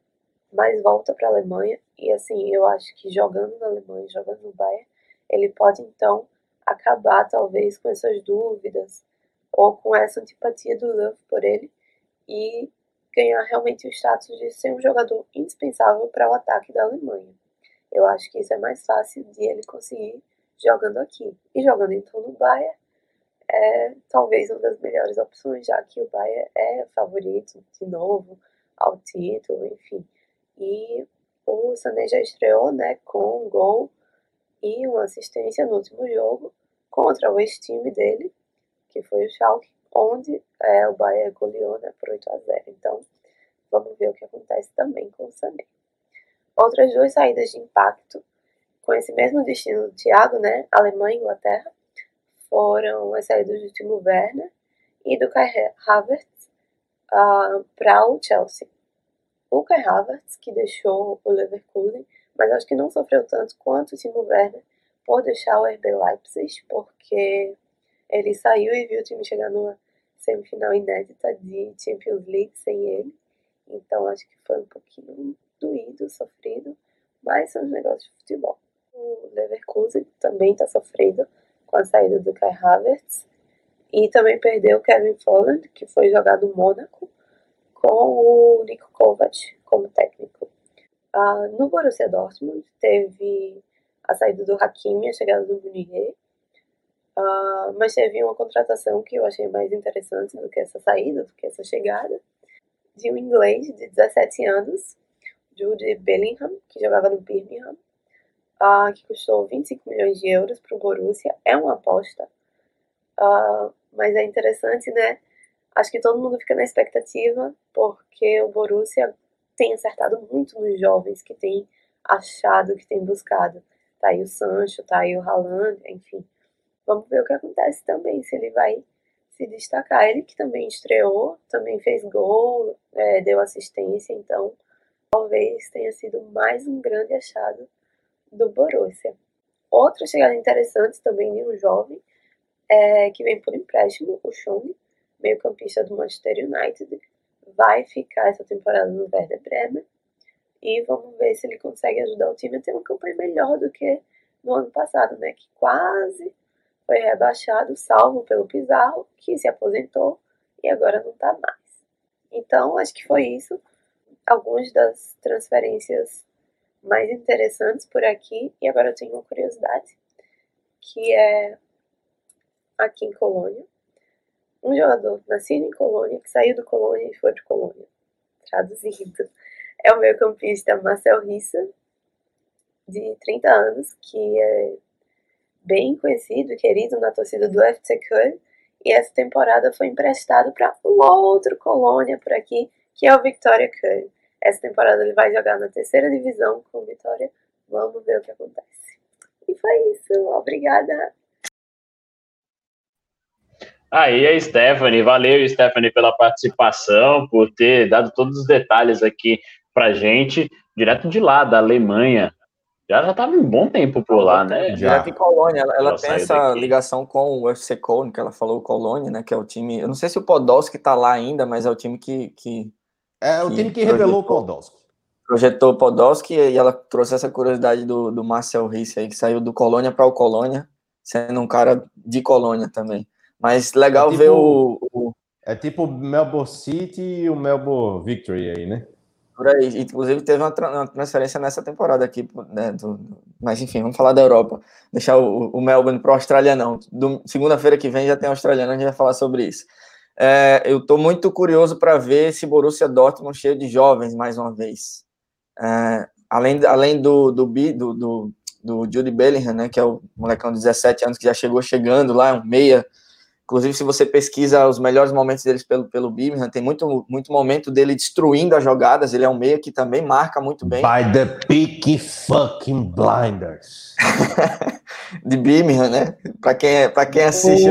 mas volta para a Alemanha, e assim, eu acho que jogando na Alemanha, jogando no Bayern, ele pode então acabar talvez com essas dúvidas, ou com essa antipatia do Löw por ele, e ganhar realmente o status de ser um jogador indispensável para o ataque da Alemanha. Eu acho que isso é mais fácil de ele conseguir jogando aqui. E jogando então no Bayern, é talvez uma das melhores opções, já que o Bayern é favorito de novo ao título, enfim. E o Sané já estreou, né, com um gol e uma assistência no último jogo contra o ex-time dele, que foi o Schalke, onde o Bayern goleou, né, por 8-0. Então, vamos ver o que acontece também com o Sané. Outras 2 saídas de impacto, com esse mesmo destino do Thiago, né, Alemanha e Inglaterra, foram as saídas do Timo Werner e do Kai Havertz para o Chelsea. O Kai Havertz, que deixou o Leverkusen, mas acho que não sofreu tanto quanto o Timo Werner por deixar o RB Leipzig, porque ele saiu e viu o time chegar numa semifinal inédita de Champions League sem ele. Então acho que foi um pouquinho doído, sofrido, mas são os negócios de futebol. O Leverkusen também está sofrendo com a saída do Kai Havertz e também perdeu o Kevin Volland, que foi jogar no Mônaco, com o Niko Kovac como técnico. No Borussia Dortmund teve a saída do Hakimi, a chegada do Munier, mas teve uma contratação que eu achei mais interessante do que essa saída, do que essa chegada, de um inglês de 17 anos, Jude Bellingham, que jogava no Birmingham, que custou 25 milhões de euros para o Borussia. É uma aposta, mas é interessante, né? Acho que todo mundo fica na expectativa, porque o Borussia tem acertado muito nos jovens que tem achado, que tem buscado. Tá aí o Sancho, tá aí o Haaland, enfim. Vamos ver o que acontece também, se ele vai se destacar. Ele que também estreou, também fez gol, deu assistência, então talvez tenha sido mais um grande achado do Borussia. Outra chegada interessante também de um jovem, que vem por empréstimo, o Chong, meio-campista do Manchester United, vai ficar essa temporada no Werder Bremen, e vamos ver se ele consegue ajudar o time a ter uma campanha melhor do que no ano passado, né, que quase foi rebaixado, salvo pelo Pizarro, que se aposentou e agora não está mais. Então, acho que foi isso. Algumas das transferências mais interessantes por aqui. E agora eu tenho uma curiosidade, que é aqui em Colônia. Um jogador nascido em Colônia, que saiu do Colônia e foi para Colônia. Traduzindo, é o meio-campista Marcel Rissa, de 30 anos, que é bem conhecido e querido na torcida do FC Köln, e essa temporada foi emprestado para um outro Colônia por aqui, que é o Viktoria Köln. Essa temporada ele vai jogar na 3ª divisão com o Vitória. Vamos ver o que acontece. E foi isso. Obrigada. Aí a Stephanie, valeu Stephanie pela participação, por ter dado todos os detalhes aqui pra gente, direto de lá, da Alemanha. Já estava um bom tempo por lá, né? Direto em Colônia. Ela tem essa ligação com o FC Köln, que ela falou, Colônia, né? Que é o time. Eu não sei se o Podolski tá lá ainda, mas é o time que é o time que revelou o Podolski. Projetou o Podolski, e ela trouxe essa curiosidade do Marcel Risse aí, que saiu do Colônia para o Colônia, sendo um cara de Colônia também. Mas legal ver o... É tipo o Melbourne City e o Melbourne Victory aí, né? Por aí. Inclusive teve uma transferência nessa temporada aqui, né, Mas enfim, vamos falar da Europa. Deixar o Melbourne para o australianão. Segunda-feira que vem já tem australiano, a gente vai falar sobre isso. Eu estou muito curioso para ver esse Borussia Dortmund cheio de jovens mais uma vez. Além do Jude Bellingham, né, que é o molecão de 17 anos que já chegando lá, um meia. Inclusive, se você pesquisa os melhores momentos deles pelo Birmingham, tem muito momento dele destruindo as jogadas. Ele é um meia que também marca muito bem. By the Peaky fucking Blinders. De Birmingham, né? Para quem assiste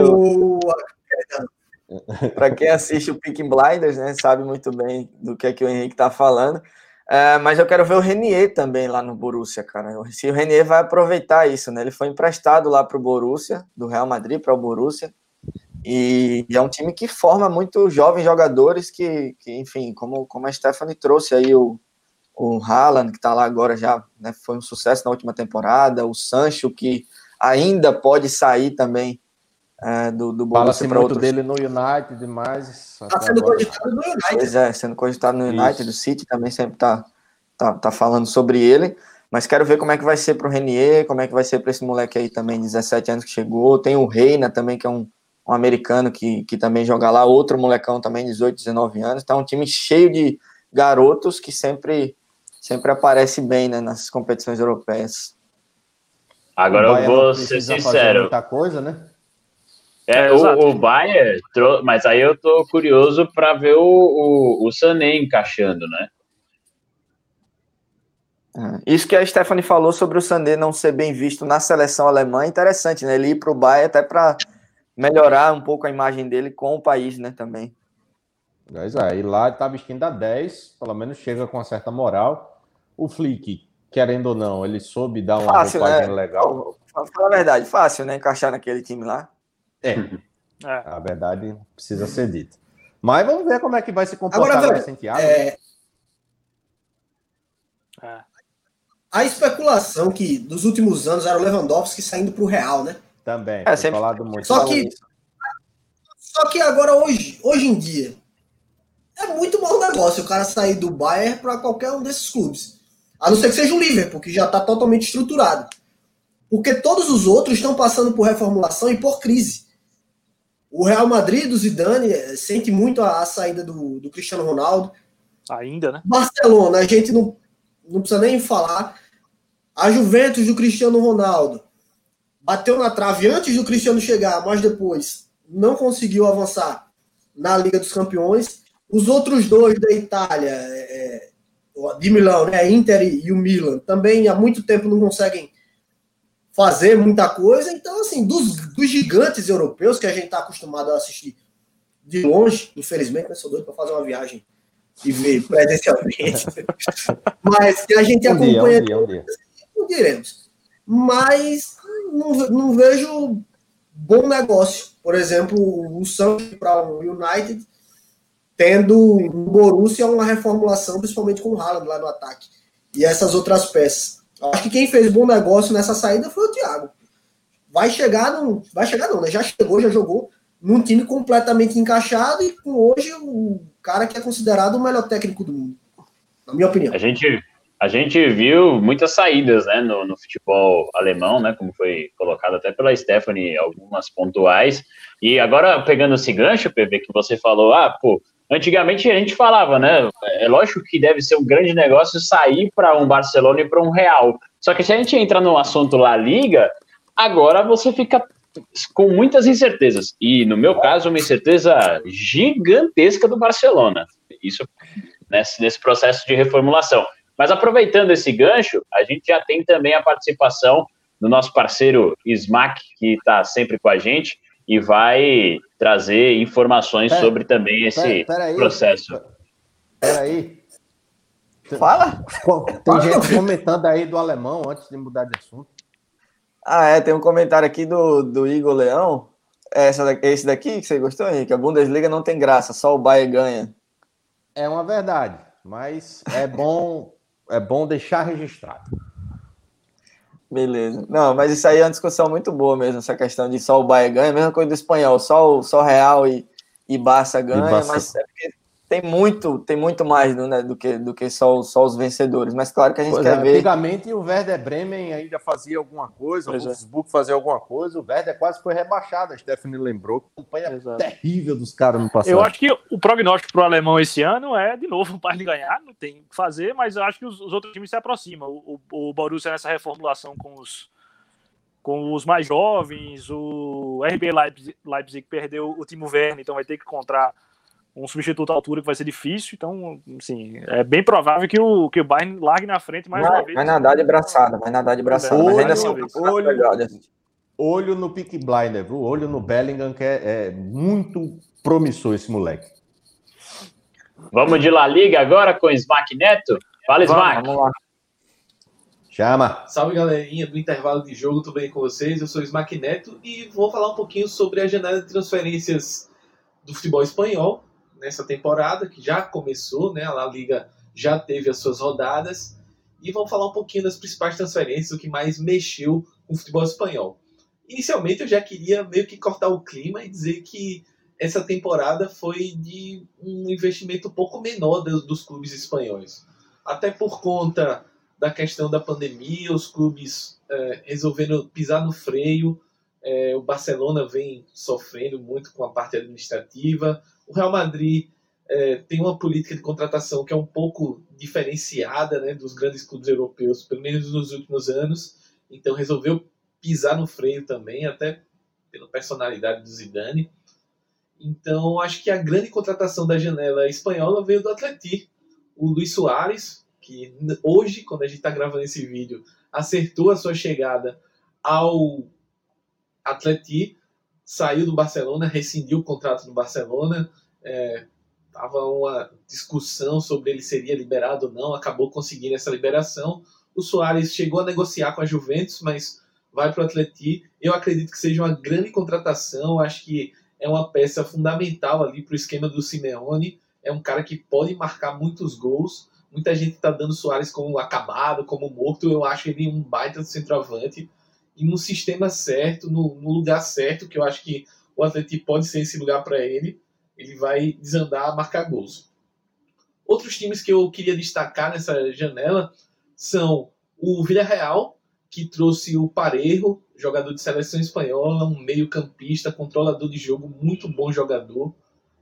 para quem assiste o Peaky Blinders, né, sabe muito bem do que o Henrique está falando. Mas eu quero ver o Renier também lá no Borussia, cara. Se o Renier vai aproveitar isso, né? Ele foi emprestado lá para o Borussia, do Real Madrid para o Borussia. E é um time que forma muito jovens jogadores que enfim, como a Stephanie trouxe aí o Haaland, que está lá agora já, né, foi um sucesso na última temporada, o Sancho, que ainda pode sair também do Borussia para outro dele no United, mas está sendo cogitado no United. Pois sendo cogitado no United, o City também sempre tá falando sobre ele, mas quero ver como é que vai ser para o Renier, como é que vai ser para esse moleque aí também, 17 anos que chegou, tem o Reina também, que é um americano que também joga lá, outro molecão também, 18, 19 anos. Então, um time cheio de garotos que sempre aparece bem, né, nas competições europeias. Agora eu vou ser sincero. Muita coisa, né? O Bayern, mas aí eu tô curioso para ver o Sané encaixando, né? Isso que a Stephanie falou sobre o Sané não ser bem visto na seleção alemã é interessante, né? Ele ir para o Bayern até para melhorar um pouco a imagem dele com o país, né, também. Mas e lá ele tá vestindo a 10, pelo menos chega com uma certa moral. O Flick, querendo ou não, ele soube dar uma roupagem legal. Fala a verdade, fácil, né, encaixar naquele time lá. A verdade precisa ser dita. Mas vamos ver como é que vai se comportar agora, o Santiago. A especulação que dos últimos anos era o Lewandowski saindo para o Real, né? Também, sempre falado muito. Só que agora, hoje em dia, é muito mau negócio o cara sair do Bayern para qualquer um desses clubes. A não ser que seja o Liverpool, que já está totalmente estruturado. Porque todos os outros estão passando por reformulação e por crise. O Real Madrid do Zidane sente muito a saída do Cristiano Ronaldo. Ainda, né? Barcelona, a gente não precisa nem falar. A Juventus do Cristiano Ronaldo bateu na trave antes do Cristiano chegar, mas depois não conseguiu avançar na Liga dos Campeões. Os outros dois da Itália, de Milão, né, Inter e o Milan, também há muito tempo não conseguem fazer muita coisa. Então, assim, dos gigantes europeus que a gente está acostumado a assistir de longe, infelizmente, eu sou doido para fazer uma viagem e ver presencialmente, mas que a gente acompanha, não diremos. Mas não vejo bom negócio. Por exemplo, o Sancho para o United, tendo o Borussia uma reformulação, principalmente com o Haaland lá no ataque. E essas outras peças. Acho que quem fez bom negócio nessa saída foi o Thiago. Vai chegar não, né? Já jogou num time completamente encaixado e com hoje o cara que é considerado o melhor técnico do mundo, na minha opinião. A gente viu muitas saídas, né, no futebol alemão, né, como foi colocado até pela Stephanie, algumas pontuais. E agora, pegando esse gancho, PV, que você falou, antigamente a gente falava, né, é lógico que deve ser um grande negócio sair para um Barcelona e para um Real. Só que se a gente entra no assunto La Liga, agora você fica com muitas incertezas. E, no meu caso, uma incerteza gigantesca do Barcelona. Isso nesse processo de reformulação. Mas aproveitando esse gancho, a gente já tem também a participação do nosso parceiro Smack, que está sempre com a gente e vai trazer informações sobre também esse processo. Peraí. Fala! Tem gente comentando aí do alemão, antes de mudar de assunto. Tem um comentário aqui do Igor Leão. Esse daqui que você gostou, Henrique? A Bundesliga não tem graça, só o Bayern ganha. É uma verdade, mas é bom deixar registrado. Beleza. Não, mas isso aí é uma discussão muito boa mesmo, essa questão de só o Bayern ganha, a mesma coisa do espanhol, só Real e Barça ganha, mas tem muito mais né, do que só os vencedores. Mas claro que a gente quer ver... Antigamente o Werder Bremen ainda fazia alguma coisa, o Wolfsburg fazia alguma coisa, o Werder quase foi rebaixado, a Stephanie lembrou. Campanha terrível dos caras no passado. Eu acho que o prognóstico pro alemão esse ano é, de novo, para ele ganhar, não tem o que fazer, mas eu acho que os outros times se aproximam. O Borussia nessa reformulação com os mais jovens, o RB Leipzig perdeu o Timo Werner, então vai ter que encontrar um substituto à altura que vai ser difícil. Então, assim, é bem provável que o Bayern largue na frente mais uma vez. Vai nadar de braçada. Mas ainda assim, olho no Peaky Blinder, viu? Olho no Bellingham, que é muito promissor esse moleque. Vamos de La Liga agora com o Smack Neto? Fala, Smack. Vamos lá. Chama. Salve, galerinha do intervalo de jogo, tudo bem com vocês? Eu sou o Smack Neto e vou falar um pouquinho sobre a janela de transferências do futebol espanhol nessa temporada, que já começou, né? A La Liga já teve as suas rodadas, e vamos falar um pouquinho das principais transferências, o que mais mexeu com o futebol espanhol. Inicialmente eu já queria meio que cortar o clima e dizer que essa temporada foi de um investimento um pouco menor dos clubes espanhóis. Até por conta da questão da pandemia, os clubes resolveram pisar no freio. O Barcelona vem sofrendo muito com a parte administrativa. O Real Madrid tem uma política de contratação que é um pouco diferenciada, né, dos grandes clubes europeus, pelo menos nos últimos anos. Então resolveu pisar no freio também, até pela personalidade do Zidane. Então acho que a grande contratação da janela espanhola veio do Atleti. O Luis Suárez, que hoje, quando a gente está gravando esse vídeo, acertou a sua chegada ao Atleti, saiu do Barcelona, rescindiu o contrato do Barcelona. Tava uma discussão sobre ele seria liberado ou não, acabou conseguindo essa liberação. O Suárez chegou a negociar com a Juventus, mas vai para o Atleti. Eu acredito que seja uma grande contratação, acho que é uma peça fundamental ali para o esquema do Simeone. É um cara que pode marcar muitos gols. Muita gente está dando o Suárez como acabado, como morto. Eu acho ele um baita centroavante. E no sistema certo, no lugar certo, que eu acho que o Atleti pode ser esse lugar para ele, ele vai desandar a marcar gols. Outros times que eu queria destacar nessa janela são o Villarreal, que trouxe o Parejo, jogador de seleção espanhola, um meio-campista, controlador de jogo, muito bom jogador.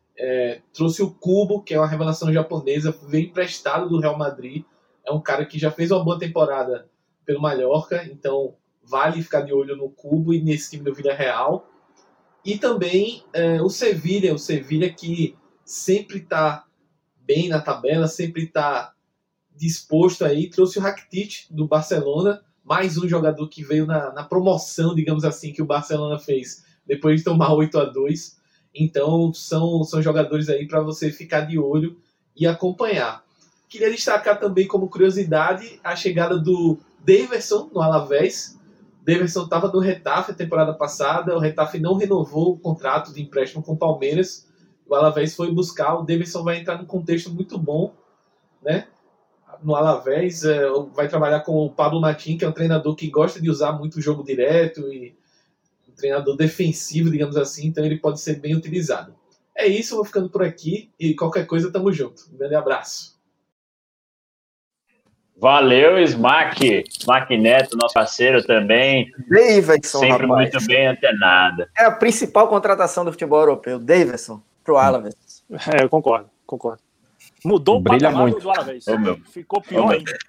Trouxe o Kubo, que é uma revelação japonesa, veio emprestado do Real Madrid. É um cara que já fez uma boa temporada pelo Mallorca, então vale ficar de olho no Kubo e nesse time do Villarreal. E também o Sevilla que sempre está bem na tabela, sempre está disposto aí, trouxe o Rakitic do Barcelona, mais um jogador que veio na promoção, digamos assim, que o Barcelona fez depois de tomar 8-2. Então são jogadores aí para você ficar de olho e acompanhar. Queria destacar também como curiosidade a chegada do Daverson no Alavés. Daverson estava no Getafe a temporada passada, o Getafe não renovou o contrato de empréstimo com o Palmeiras, o Alavés foi buscar, o Daverson vai entrar num contexto muito bom, né? No Alavés, vai trabalhar com o Pablo Matin, que é um treinador que gosta de usar muito o jogo direto e um treinador defensivo, digamos assim, então ele pode ser bem utilizado. É isso, eu vou ficando por aqui e qualquer coisa, tamo junto. Um grande abraço. Valeu, Smack Neto, nosso parceiro também. Daverson, sempre rapaz. Muito bem antenado. É a principal contratação do futebol europeu, Daverson, pro Alavés. Eu concordo. Mudou o Brilha patamar muito. do Alavés. Ficou Ô, pior meu. ainda.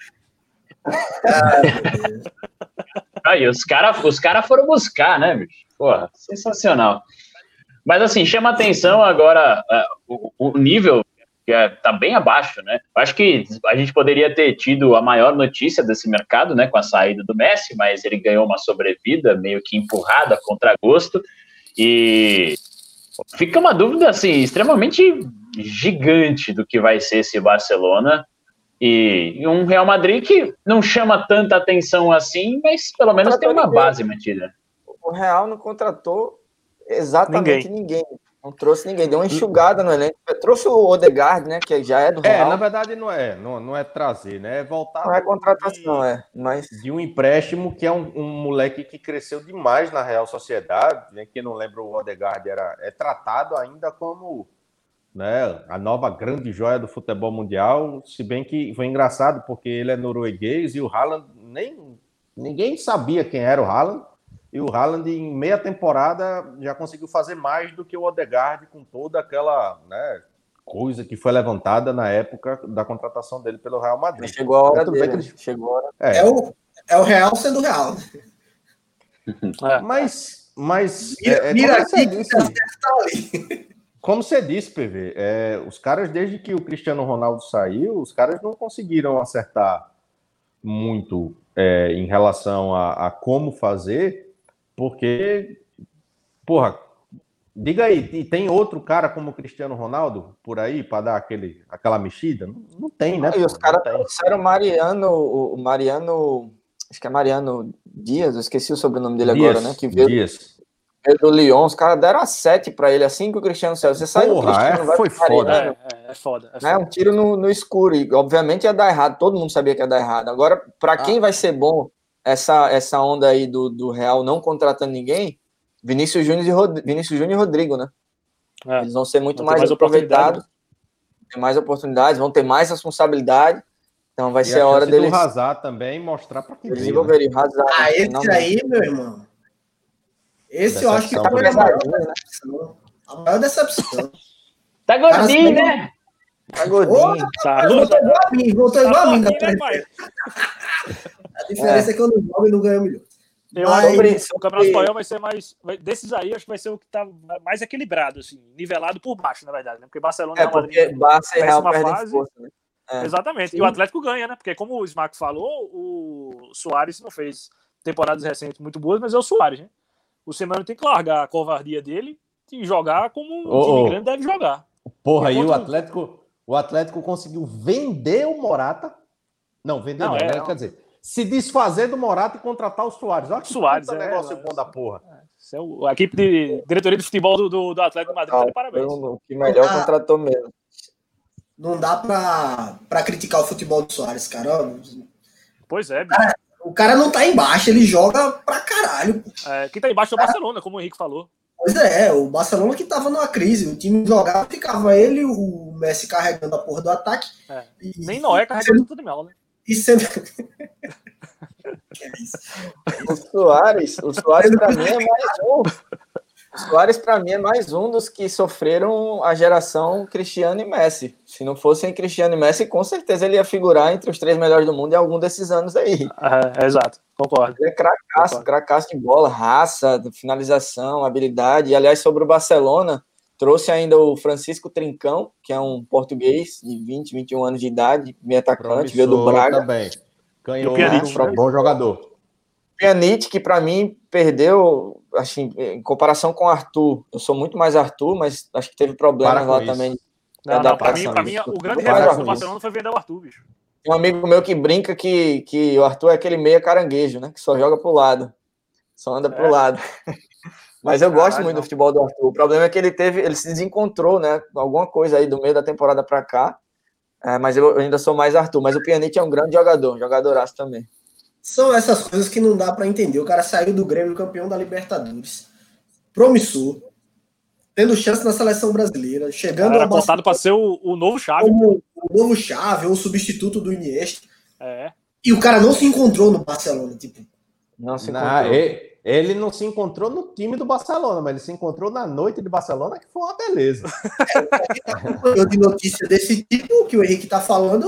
Aí, os cara foram buscar, né, bicho? Porra, sensacional. Mas, assim, chama atenção agora o nível, que tá bem abaixo, né? Acho que a gente poderia ter tido a maior notícia desse mercado, né, com a saída do Messi, mas ele ganhou uma sobrevida meio que empurrada contra gosto, e fica uma dúvida, assim, extremamente gigante do que vai ser esse Barcelona, e um Real Madrid que não chama tanta atenção assim, mas pelo menos tem uma base mantida. O Real não contratou exatamente ninguém. Não trouxe ninguém, deu uma enxugada no elenco. Trouxe o Odegaard, né, que já é do Real. Na verdade não é trazer, né? É voltar. Não é contratação, mas de um empréstimo que é um moleque que cresceu demais na Real Sociedade, né? Quem não lembra, o Odegaard é tratado ainda como né? A nova grande joia do futebol mundial, se bem que foi engraçado, porque ele é norueguês e o Haaland, ninguém sabia quem era o Haaland, e o Haaland, em meia temporada, já conseguiu fazer mais do que o Odegaard com toda aquela, né, coisa que foi levantada na época da contratação dele pelo Real Madrid. Chegou a hora dele. Chegou a hora. É o Real sendo Real. Mas Mira como, aqui, como você disse, PV, os caras, desde que o Cristiano Ronaldo saiu, os caras não conseguiram acertar muito em relação a como fazer, porque, porra, diga aí, e tem outro cara como o Cristiano Ronaldo por aí para dar aquela mexida? Não tem, né? E os caras trouxeram o Mariano, acho que é Mariano Dias, eu esqueci o sobrenome dele agora, né? Que veio do Lyon, os caras deram a 7 para ele, assim que o Cristiano saiu. Você sai do Cristiano, vai foi foda. É foda. É um tiro no escuro, e obviamente ia dar errado, todo mundo sabia que ia dar errado. Agora, para quem vai ser bom essa onda aí do Real não contratando ninguém, Vinícius Júnior e Rodrigo, né? Eles vão ser muito mais aproveitados, ter mais oportunidades, vão ter mais responsabilidade. Então vai ser a hora deles. O Hazard também mostrar para quem desenvolverem o Hazard. Esse aí, meu irmão. Esse eu acho que tá a maior decepção. A maior decepção. Tá gordinho, né? Tá gordinho. Voltou igual a mim. A diferença é que eu não jogo e não ganho milhões. O Campeonato Espanhol vai ser mais... Desses aí, acho que vai ser o que tá mais equilibrado, assim, nivelado por baixo, na verdade, né? Porque Barcelona porque Barça e Real perdem força, né? Exatamente. Sim. E o Atlético ganha, né? Porque como o Smack falou, o Suárez não fez temporadas recentes muito boas, mas é o Suárez, né? O Semana tem que largar a covardia dele e jogar como um time grande deve jogar. Porra, e o Atlético conseguiu vender o Morata. Não, vender não, quer dizer, se desfazer do Morata e contratar o Suárez. Olha que Suárez, negócio bom da porra. A equipe de diretoria de futebol do Atlético de Madrid tá de parabéns. O que melhor contratou mesmo. Não dá pra criticar o futebol do Suárez, cara. Pois é, bicho. O cara não tá embaixo, ele joga pra caralho. Quem tá embaixo é o Barcelona, como o Henrique falou. Pois é, o Barcelona que tava numa crise. O time jogava, ficava ele, o Messi carregando a porra do ataque. Nem Noé carregando tudo mal, né? E sendo... O Suárez pra mim é mais um. O Suárez, para mim, é mais um dos que sofreram a geração Cristiano e Messi. Se não fossem Cristiano e Messi, com certeza ele ia figurar entre os 3 melhores do mundo em algum desses anos aí. Exato, concordo. Ele é cracaço de bola, raça, finalização, habilidade. E, aliás, sobre o Barcelona, trouxe ainda o Francisco Trincão, que é um português de 20, 21 anos de idade, meio atacante, veio do Braga. Também. Ganhou um bom jogador. Pjanic, que para mim perdeu, assim, em comparação com o Arthur, eu sou muito mais Arthur, mas acho que teve problemas lá também. Para mim, o grande reforço do Barcelona foi vender o Arthur, bicho. Tem um amigo meu que brinca que o Arthur é aquele meia caranguejo, né? Que só joga pro lado. Só anda pro lado. Mas eu gosto muito do futebol do Arthur. O problema é que ele se desencontrou, né? Alguma coisa aí do meio da temporada para cá. Mas eu ainda sou mais Arthur. Mas o Pjanic é um grande jogadoraço também. São essas coisas que não dá para entender. O cara saiu do Grêmio, campeão da Libertadores, promissor, tendo chance na seleção brasileira, chegando era contado para ser o novo Xavi. O novo Xavi, ou o substituto do Iniesta. E o cara não se encontrou no Barcelona. Tipo, não se encontrou. Ele não se encontrou no time do Barcelona, mas ele se encontrou na noite de Barcelona, que foi uma beleza. Eu de notícia desse tipo que o Henrique tá falando.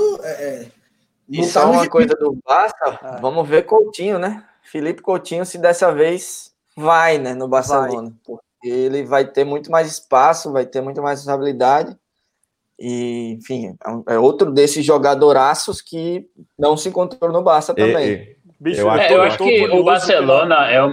E só uma coisa do Barça, vamos ver Coutinho, né? Felipe Coutinho, se dessa vez vai, né, no Barcelona. Porque ele vai ter muito mais espaço, vai ter muito mais responsabilidade. E, enfim, é outro desses jogadoraços que não se encontrou no Barça também. Eu acho que o Barcelona é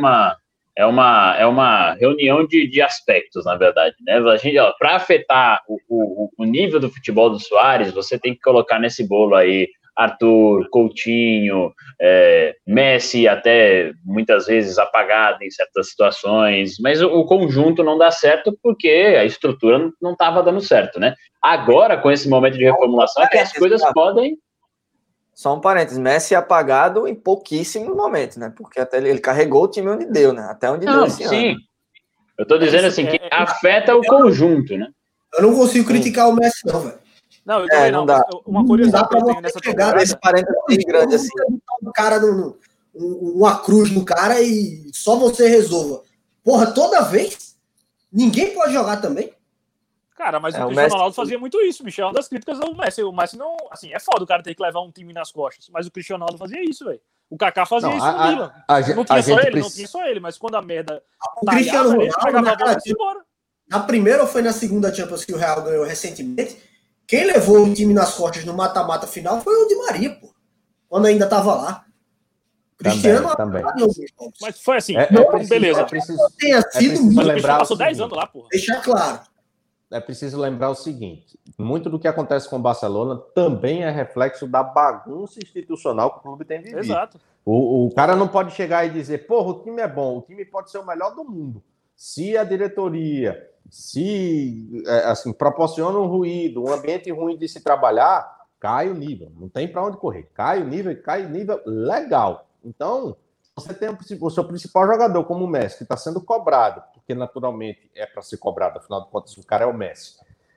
uma reunião de aspectos, na verdade, né? Para afetar o nível do futebol do Suárez, você tem que colocar nesse bolo aí Arthur, Coutinho, Messi, até muitas vezes apagado em certas situações, mas o conjunto não dá certo porque a estrutura não estava dando certo, né? Agora, com esse momento de reformulação, é que as coisas podem... Só um parênteses, Messi apagado em pouquíssimos momentos, né? Porque até ele carregou o time onde deu, né? Até onde deu esse ano. Eu tô dizendo assim, que afeta o conjunto, né? Eu não consigo criticar o Messi, não, velho. Não, eu também não. dá. Uma curiosidade que eu tenho nessa temporada... Esse parênteses bem grande assim. O cara, uma cruz no cara e só você resolva. Porra, toda vez, ninguém pode jogar também. Cara, mas o o Cristiano Messi- Ronaldo fazia muito isso, bicho. É uma das críticas ao Messi. O Messi não... Assim, é foda o cara ter que levar um time nas costas. Mas o Cristiano Ronaldo fazia isso, velho. O Kaká fazia isso no Milan. Não tinha só ele, não tinha só ele. Mas quando a merda... O Cristiano ele Ronaldo, pegava a bola e ia embora. na primeira ou foi na segunda Champions que o Real ganhou recentemente, quem levou o time nas costas no mata-mata final foi o Di Maria, pô. Quando ainda tava lá. Cristiano Também. Mas foi assim, beleza. Tenha sido Mas o lembrar Cristiano o passou 10 seguinte. anos lá, porra. Deixar claro. É preciso lembrar o seguinte: muito do que acontece com o Barcelona também é reflexo da bagunça institucional que o clube tem vivido. Exato. O cara não pode chegar e dizer, porra, o time é bom, o time pode ser o melhor do mundo. Se a diretoria, assim, proporciona um ruído, um ambiente ruim de se trabalhar, cai o nível. Não tem para onde correr. Cai o nível legal. Então, você tem o seu principal jogador, como o Messi, que está sendo cobrado, porque naturalmente é para ser cobrado, afinal de contas, o cara é o Messi.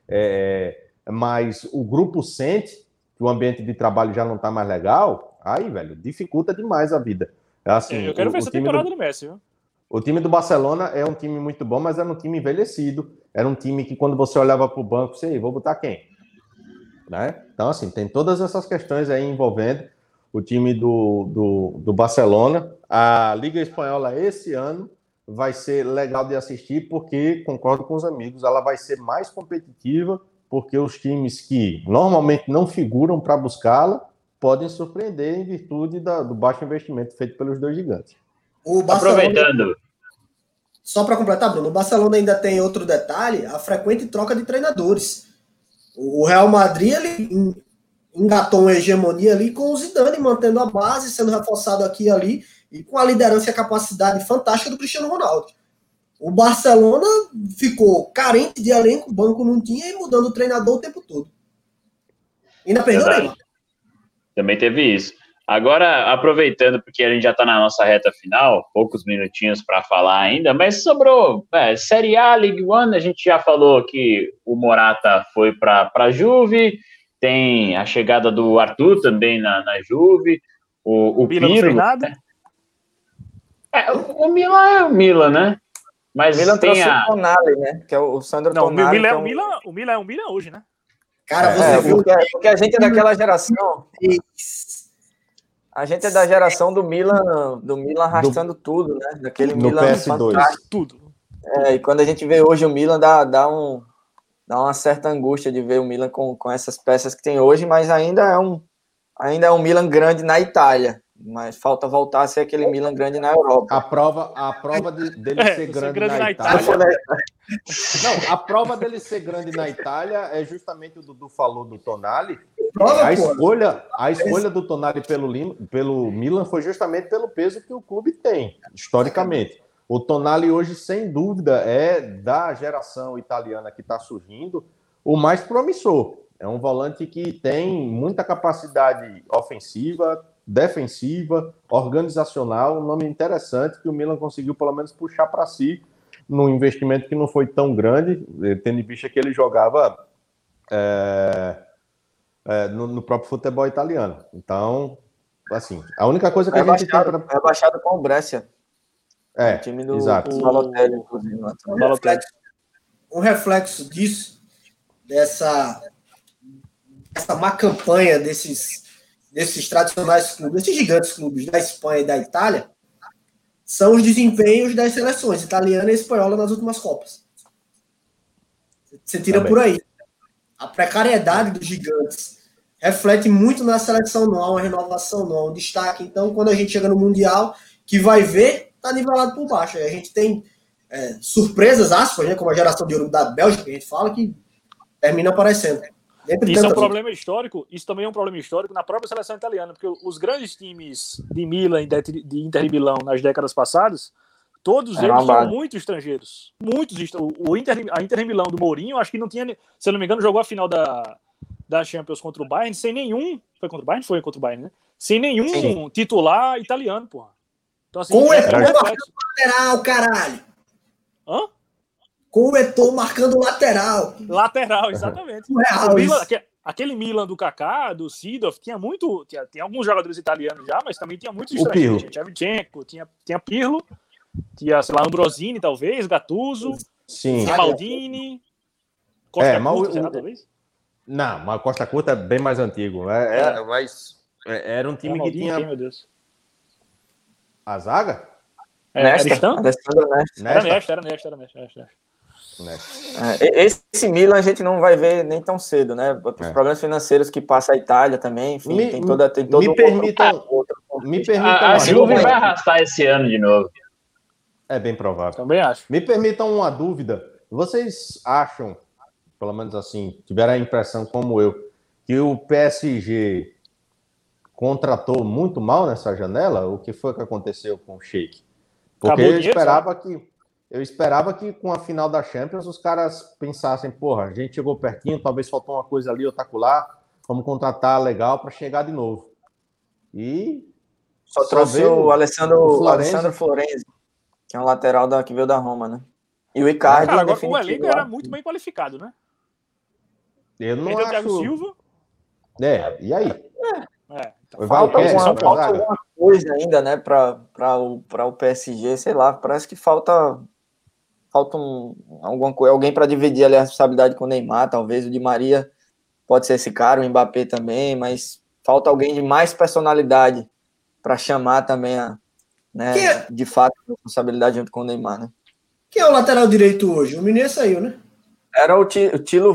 Mas o grupo sente que o ambiente de trabalho já não está mais legal, aí, velho, dificulta demais a vida. Assim, Eu quero ver essa temporada do Messi, viu? O time do Barcelona é um time muito bom, mas era um time envelhecido. Era um time que, quando você olhava para o banco, você, vou botar quem? Né? Então, assim, tem todas essas questões aí envolvendo o time do Barcelona. A Liga Espanhola esse ano vai ser legal de assistir, porque, concordo com os amigos, ela vai ser mais competitiva, porque os times que normalmente não figuram para buscá-la podem surpreender em virtude do baixo investimento feito pelos dois gigantes. O Barcelona, Aproveitando. só para completar, Bruno, o Barcelona ainda tem outro detalhe, a frequente troca de treinadores. O Real Madrid, ele engatou uma hegemonia ali com o Zidane, mantendo a base, sendo reforçado aqui e ali, e com a liderança e a capacidade fantástica do Cristiano Ronaldo. O Barcelona ficou carente de elenco, o banco não tinha, e mudando o treinador o tempo todo. Ainda perdeu o Neymar. Também teve isso. Agora, aproveitando, porque a gente já está na nossa reta final, poucos minutinhos para falar ainda, mas sobrou Série A, League One, a gente já falou que o Morata foi para a Juve, tem a chegada do Arthur também na Juve, o Milan não Pirlo. fez nada? O Milan é o Milan, né? Mas O Milan tem trouxe o Tonali, né? Que é o Sandro Não, Tonali. o Milan é um Milan hoje, né? Cara, você viu... Porque a gente é daquela geração. A gente é da geração do Milan arrastando tudo, né? Daquele no Milan PS2. fantástico. Tudo. E quando a gente vê hoje o Milan, dá uma certa angústia de ver o Milan com essas peças que tem hoje, mas ainda é um Milan grande na Itália. Mas falta voltar a ser aquele Milan grande na Europa. A prova dele ser grande na Itália. Não, a prova dele ser grande na Itália é justamente o Dudu falou do Tonali. A escolha do Tonali pelo Milan foi justamente pelo peso que o clube tem, historicamente. O Tonali hoje, sem dúvida, é da geração italiana que está surgindo o mais promissor. É um volante que tem muita capacidade ofensiva, defensiva, organizacional, um nome interessante que o Milan conseguiu pelo menos puxar para si num investimento que não foi tão grande, tendo em vista que ele jogava no próprio futebol italiano. Então, assim, a única coisa que a gente tem para... É baixado com o Brescia. O time do exato. Balotelli, inclusive. Um reflexo disso, dessa má campanha desses tradicionais clubes, desses gigantes clubes da Espanha e da Itália, são os desempenhos das seleções italiana e espanhola nas últimas Copas. Você tira também por aí. A precariedade dos gigantes reflete muito na seleção, não há uma renovação, não há um destaque. Então, quando a gente chega no Mundial, que vai ver, tá nivelado por baixo. Aí a gente tem surpresas, aspas, né, como a geração de ouro da Bélgica, que a gente fala, que termina aparecendo. Isso é um problema histórico, isso também é um problema histórico na própria seleção italiana, porque os grandes times de Milan e de Inter de Milão nas décadas passadas, todos eles são muito estrangeiros. A Inter de Milão do Mourinho, acho que não tinha, se eu não me engano, jogou a final da Champions contra o Bayern, sem nenhum... Foi contra o Bayern? Foi contra o Bayern, né? Sem nenhum titular italiano, porra. Então, assim, com o lateral, caralho! Hã? com o Eto'o marcando lateral. Lateral, exatamente. Surreal, Aquele Milan do Kaká, do Seedorf, tinha alguns jogadores italianos já, mas também tinha muitos O estrangeiros. Pirlo. Tinha Shevchenko, tinha Pirlo, tinha, sei lá, Ambrosini, talvez, Gattuso, Sim. tinha Maldini, Costa mas Curta, será, talvez? Não, mas o Costa Curta é bem mais antigo. Mas era um time que Maldini, tinha quem, meu Deus? a zaga? Era Nesta, Stan? Alessandro Nesta. Era Nesta. Esse Milan a gente não vai ver nem tão cedo, né? Os problemas financeiros que passa a Itália também, enfim, tem todo me permitam A uma Juve dúvida. vai arrastar esse ano de novo. É bem provável. Também acho. Me permitam uma dúvida. Vocês acham, pelo menos assim, tiveram a impressão como eu, que o PSG contratou muito mal nessa janela? O que foi que aconteceu com o Sheik? Porque Acabou o eu dinheiro, esperava que com a final da Champions os caras pensassem, porra, a gente chegou pertinho, talvez faltou uma coisa ali, outra lá, vamos contratar legal para chegar de novo. E Só trouxe veio o Alessandro Florenzi. Florenzi, que é um lateral que veio da Roma, né? E o Icardi, Cara, agora definitivo, o elenco era muito bem qualificado, né? Eu não Perdeu o Thiago acho... Silva. E aí? Então, Falta Valquer, alguma coisa ainda, né, para o PSG, sei lá, parece que falta alguém para dividir ali a responsabilidade com o Neymar, talvez o Di Maria pode ser esse cara, o Mbappé também, mas falta alguém de mais personalidade para chamar também de fato a responsabilidade junto com o Neymar, né? Quem é o lateral direito hoje? O Mineiro saiu, né? Era o Tilo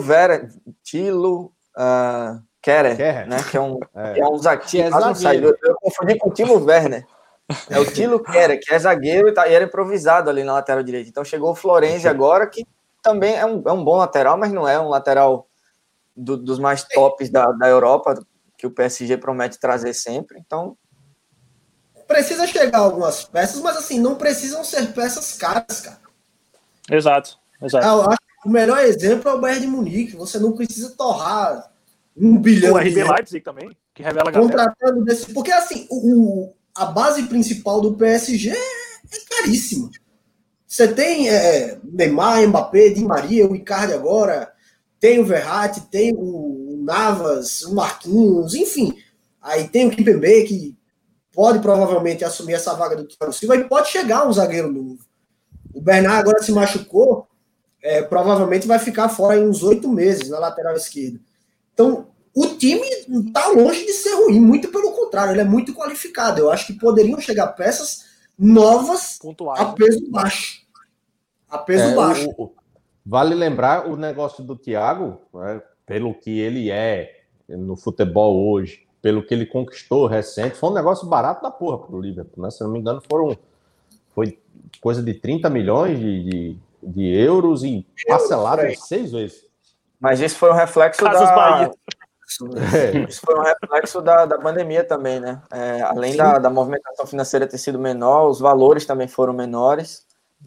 Kehrer, né? Que é um zagueiro. Eu confundi com o Tilo Werner. É o Tilo Kehrer, que é zagueiro e era improvisado ali na lateral direita. Então chegou o Florenzi agora, que também é um bom lateral, mas não é um lateral dos mais tops da Europa, que o PSG promete trazer sempre. Então Precisa chegar algumas peças, mas assim, não precisam ser peças caras, cara. Exato. Eu acho que o melhor exemplo é o Bayern de Munique. Você não precisa torrar 1 bilhão O de RB euros Leipzig também, que revela a galera. contratando desse. Porque assim, a base principal do PSG é caríssima. Você tem Neymar, Mbappé, Di Maria, o Icardi agora, tem o Verratti, tem o Navas, o Marquinhos, enfim. Aí tem o Kimpembe, que pode provavelmente assumir essa vaga do Thiago Silva, e pode chegar um zagueiro novo. O Bernard agora se machucou, provavelmente vai ficar fora em uns 8 meses na lateral esquerda. Então, o time está longe de ser ruim, muito pelo contrário, ele é muito qualificado. Eu acho que poderiam chegar peças novas Pontuais, a peso baixo. A peso baixo. Vale lembrar o negócio do Thiago, né, pelo que ele é no futebol hoje, pelo que ele conquistou recente, foi um negócio barato da porra pro Liverpool, né? Se não me engano, foi coisa de 30 milhões de euros e parcelado em 6 vezes. Mas isso foi um reflexo Bahia. Isso foi um reflexo da pandemia também, né? Além da movimentação financeira ter sido menor, os valores também foram menores.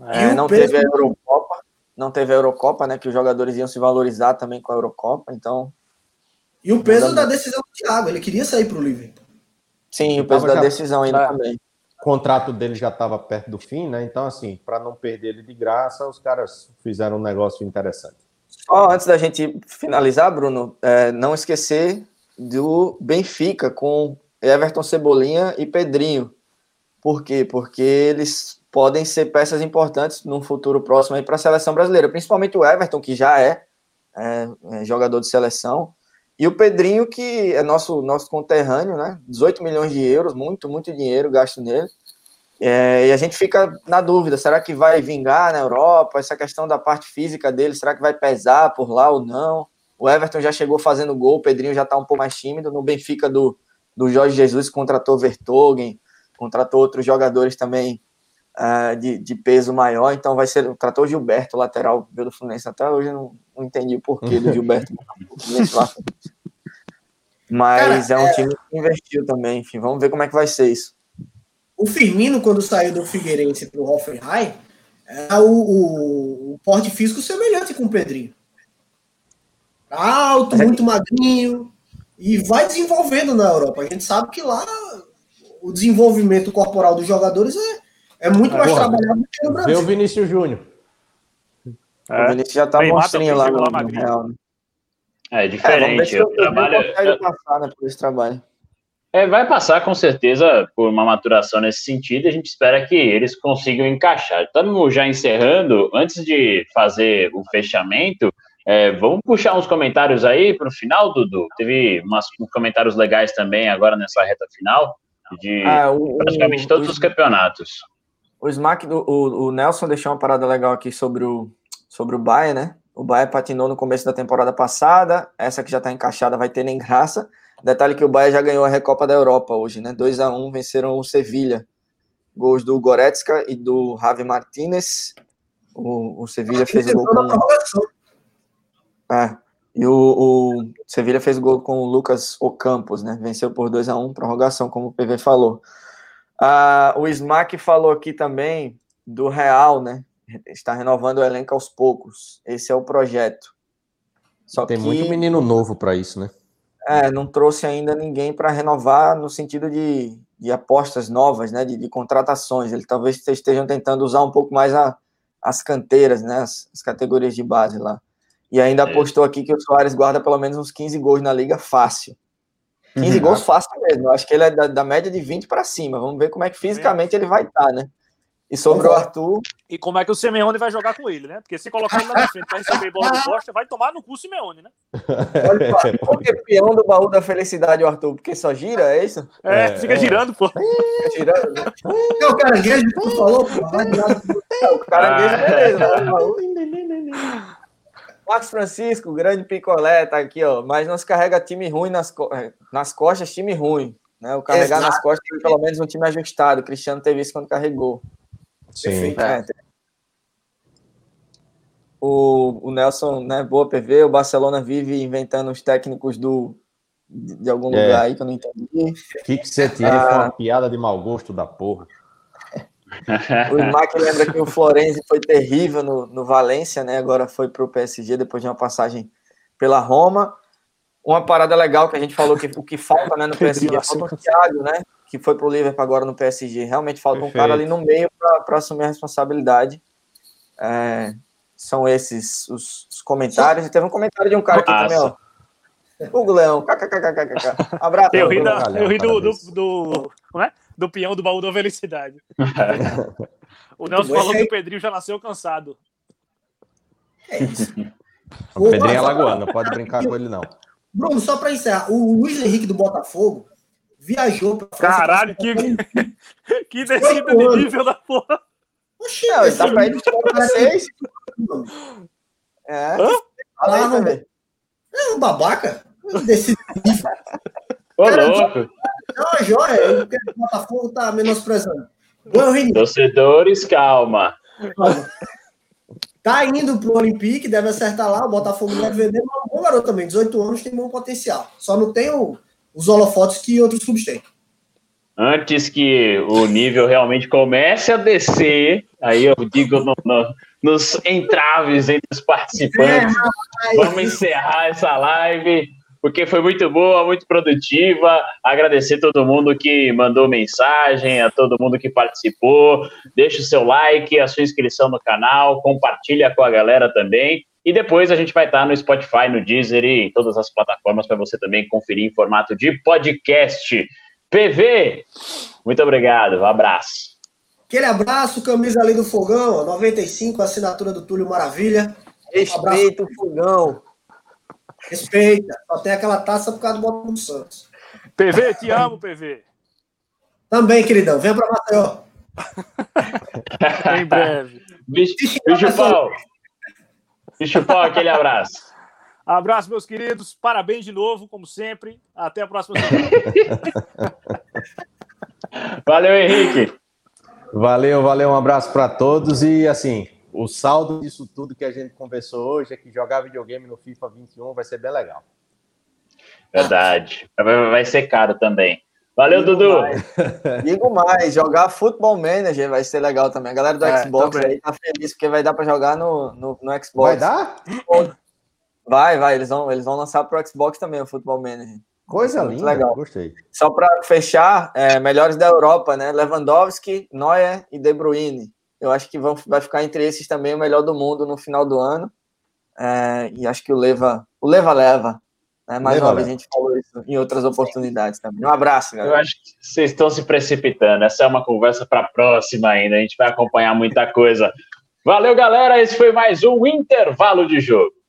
Não teve a Eurocopa, né? Que os jogadores iam se valorizar também com a Eurocopa, então... E o peso da decisão do Thiago, ele queria sair para o Liverpool. Sim, o peso da decisão ainda também. O contrato dele já estava perto do fim, né? Então, assim, para não perder ele de graça, os caras fizeram um negócio interessante. Só antes da gente finalizar, Bruno, não esquecer do Benfica com Everton, Cebolinha e Pedrinho. Por quê? Porque eles podem ser peças importantes num futuro próximo aí para a seleção brasileira, principalmente o Everton, que já é jogador de seleção, e o Pedrinho, que é nosso conterrâneo, né? 18 milhões de euros, muito, muito dinheiro gasto nele. E a gente fica na dúvida, será que vai vingar na Europa? Essa questão da parte física dele, será que vai pesar por lá ou não? O Everton já chegou fazendo gol, o Pedrinho já está um pouco mais tímido. No Benfica do Jorge Jesus contratou Vertonghen, contratou outros jogadores também de peso maior, então tratou o Gilberto, lateral do Fluminense. Até hoje eu não entendi o porquê do Gilberto. Mas cara, é um time que investiu também, enfim, vamos ver como é que vai ser isso. O Firmino, quando saiu do Figueirense para o Hoffenheim, era o porte físico semelhante com o Pedrinho. Alto, muito magrinho, e vai desenvolvendo na Europa. A gente sabe que lá o desenvolvimento corporal dos jogadores é muito mais trabalhado do que no Brasil. Vê o Vinícius Júnior. O Vinícius já tá monstrinho lá no Real, né? É diferente. O trabalho passar, né, por esse trabalho. Vai passar com certeza por uma maturação nesse sentido, e a gente espera que eles consigam encaixar. Estamos já encerrando. Antes de fazer o fechamento, vamos puxar uns comentários aí para o final, Dudu. Teve uns comentários legais também agora nessa reta final de praticamente todos os campeonatos. O Nelson deixou uma parada legal aqui sobre o Bayern, né? O Bayern patinou no começo da temporada passada, essa que já está encaixada vai ter nem graça. Detalhe que o Bayern já ganhou a Recopa da Europa hoje, né? 2-1, venceram o Sevilla. Gols do Goretzka e do Javi Martínez. O Sevilla fez o gol e o Sevilla fez o gol com o Lucas Ocampos, né? Venceu por 2-1, prorrogação, como o PV falou. O Smack falou aqui também do Real, né? Está renovando o elenco aos poucos. Esse é o projeto. Tem muito menino novo para isso, né? Não trouxe ainda ninguém para renovar no sentido de apostas novas, né? De contratações. Eles talvez estejam tentando usar um pouco mais as canteiras, né? As categorias de base lá. E ainda apostou aqui que o Suárez guarda pelo menos uns 15 gols na Liga fácil. 15 gols fácil mesmo. Eu acho que ele é da média de 20 para cima. Vamos ver como é que fisicamente ele vai estar, né? E sobre o Arthur... E como é que o Simeone vai jogar com ele, né? Porque se colocar ele lá na frente para receber bola do Costa, vai tomar no cu o Simeone, né? Olha, o campeão do baú da felicidade, o Arthur, porque só gira, é isso? Fica girando, pô. Fica girando. É o caranguejo que tu falou, pô. O caranguejo, beleza. Marcos Francisco, grande picolé, tá aqui, ó. Mas não se carrega time ruim nas costas, time ruim. Né? O carregar nas costas tem pelo menos um time ajustado. O Cristiano teve isso quando carregou. Sim. O Nelson, né? Boa PV. O Barcelona vive inventando os técnicos de algum lugar aí que eu não entendi. Que Setien foi uma piada de mau gosto da porra. O Smack lembra que o Florenzi foi terrível no Valência, né? Agora foi para o PSG depois de uma passagem pela Roma. Uma parada legal que a gente falou que o que falta, né, no PSG falta o Thiago, né? Que foi para o Liverpool agora no PSG. Realmente falta um cara ali no meio para assumir a responsabilidade. São esses os comentários. E teve um comentário de um cara aqui também, ó. Hugo Leão. Abraço. Eu ri do peão do baú da felicidade. O Nelson falou que o Pedrinho já nasceu cansado. É isso. O Pedrinho é alagoano, não pode brincar com ele, não. Bruno, só para encerrar, o Luiz Henrique do Botafogo viajou para Caralho, que descida de nível da porra. Oxi, ele tá pra ir de 6. Fala aí, também. É um babaca. Descida de nível. Ô, louco. Não, joia. O Botafogo tá menosprezando. Torcedores, calma. Tá indo pro Olympique, deve acertar lá. O Botafogo deve vender, mas é um bom garoto também. 18 anos, tem bom potencial. Só não tem os holofotes que outros clubes têm. Antes que o nível realmente comece a descer, aí eu digo nos entraves entre os participantes, vamos encerrar essa live, porque foi muito boa, muito produtiva. Agradecer a todo mundo que mandou mensagem, a todo mundo que participou. Deixa o seu like, a sua inscrição no canal, compartilha com a galera também. E depois a gente vai estar no Spotify, no Deezer e em todas as plataformas para você também conferir em formato de podcast. PV, muito obrigado, um abraço. Aquele abraço, camisa ali do Fogão, 95, assinatura do Túlio Maravilha. Respeita o Fogão. Respeita, só tem aquela taça por causa do Botafogo Santos. PV, te amo, PV. Também, queridão, venha pra Maceió. Em breve. Bicho pau, aquele abraço. Abraço, meus queridos. Parabéns de novo, como sempre. Até a próxima semana. Valeu, Henrique. Valeu, um abraço para todos. E assim, o saldo disso tudo que a gente conversou hoje é que jogar videogame no FIFA 21 vai ser bem legal. Verdade. Vai ser caro também. Valeu, Dudu. Digo mais, jogar Football Manager vai ser legal também. A galera do Xbox também aí tá feliz, porque vai dar para jogar no Xbox. Vai dar? Vai. Eles vão lançar pro Xbox também o Football Manager. Coisa linda, legal. Gostei. Só para fechar, melhores da Europa, né? Lewandowski, Neuer e De Bruyne. Eu acho que vai ficar entre esses também o melhor do mundo no final do ano. E acho que o leva. Mais uma vez a gente falou isso em outras oportunidades também. Um abraço, galera. Eu acho que vocês estão se precipitando. Essa é uma conversa para a próxima ainda. A gente vai acompanhar muita coisa. Valeu, galera. Esse foi mais um Intervalo de Jogo.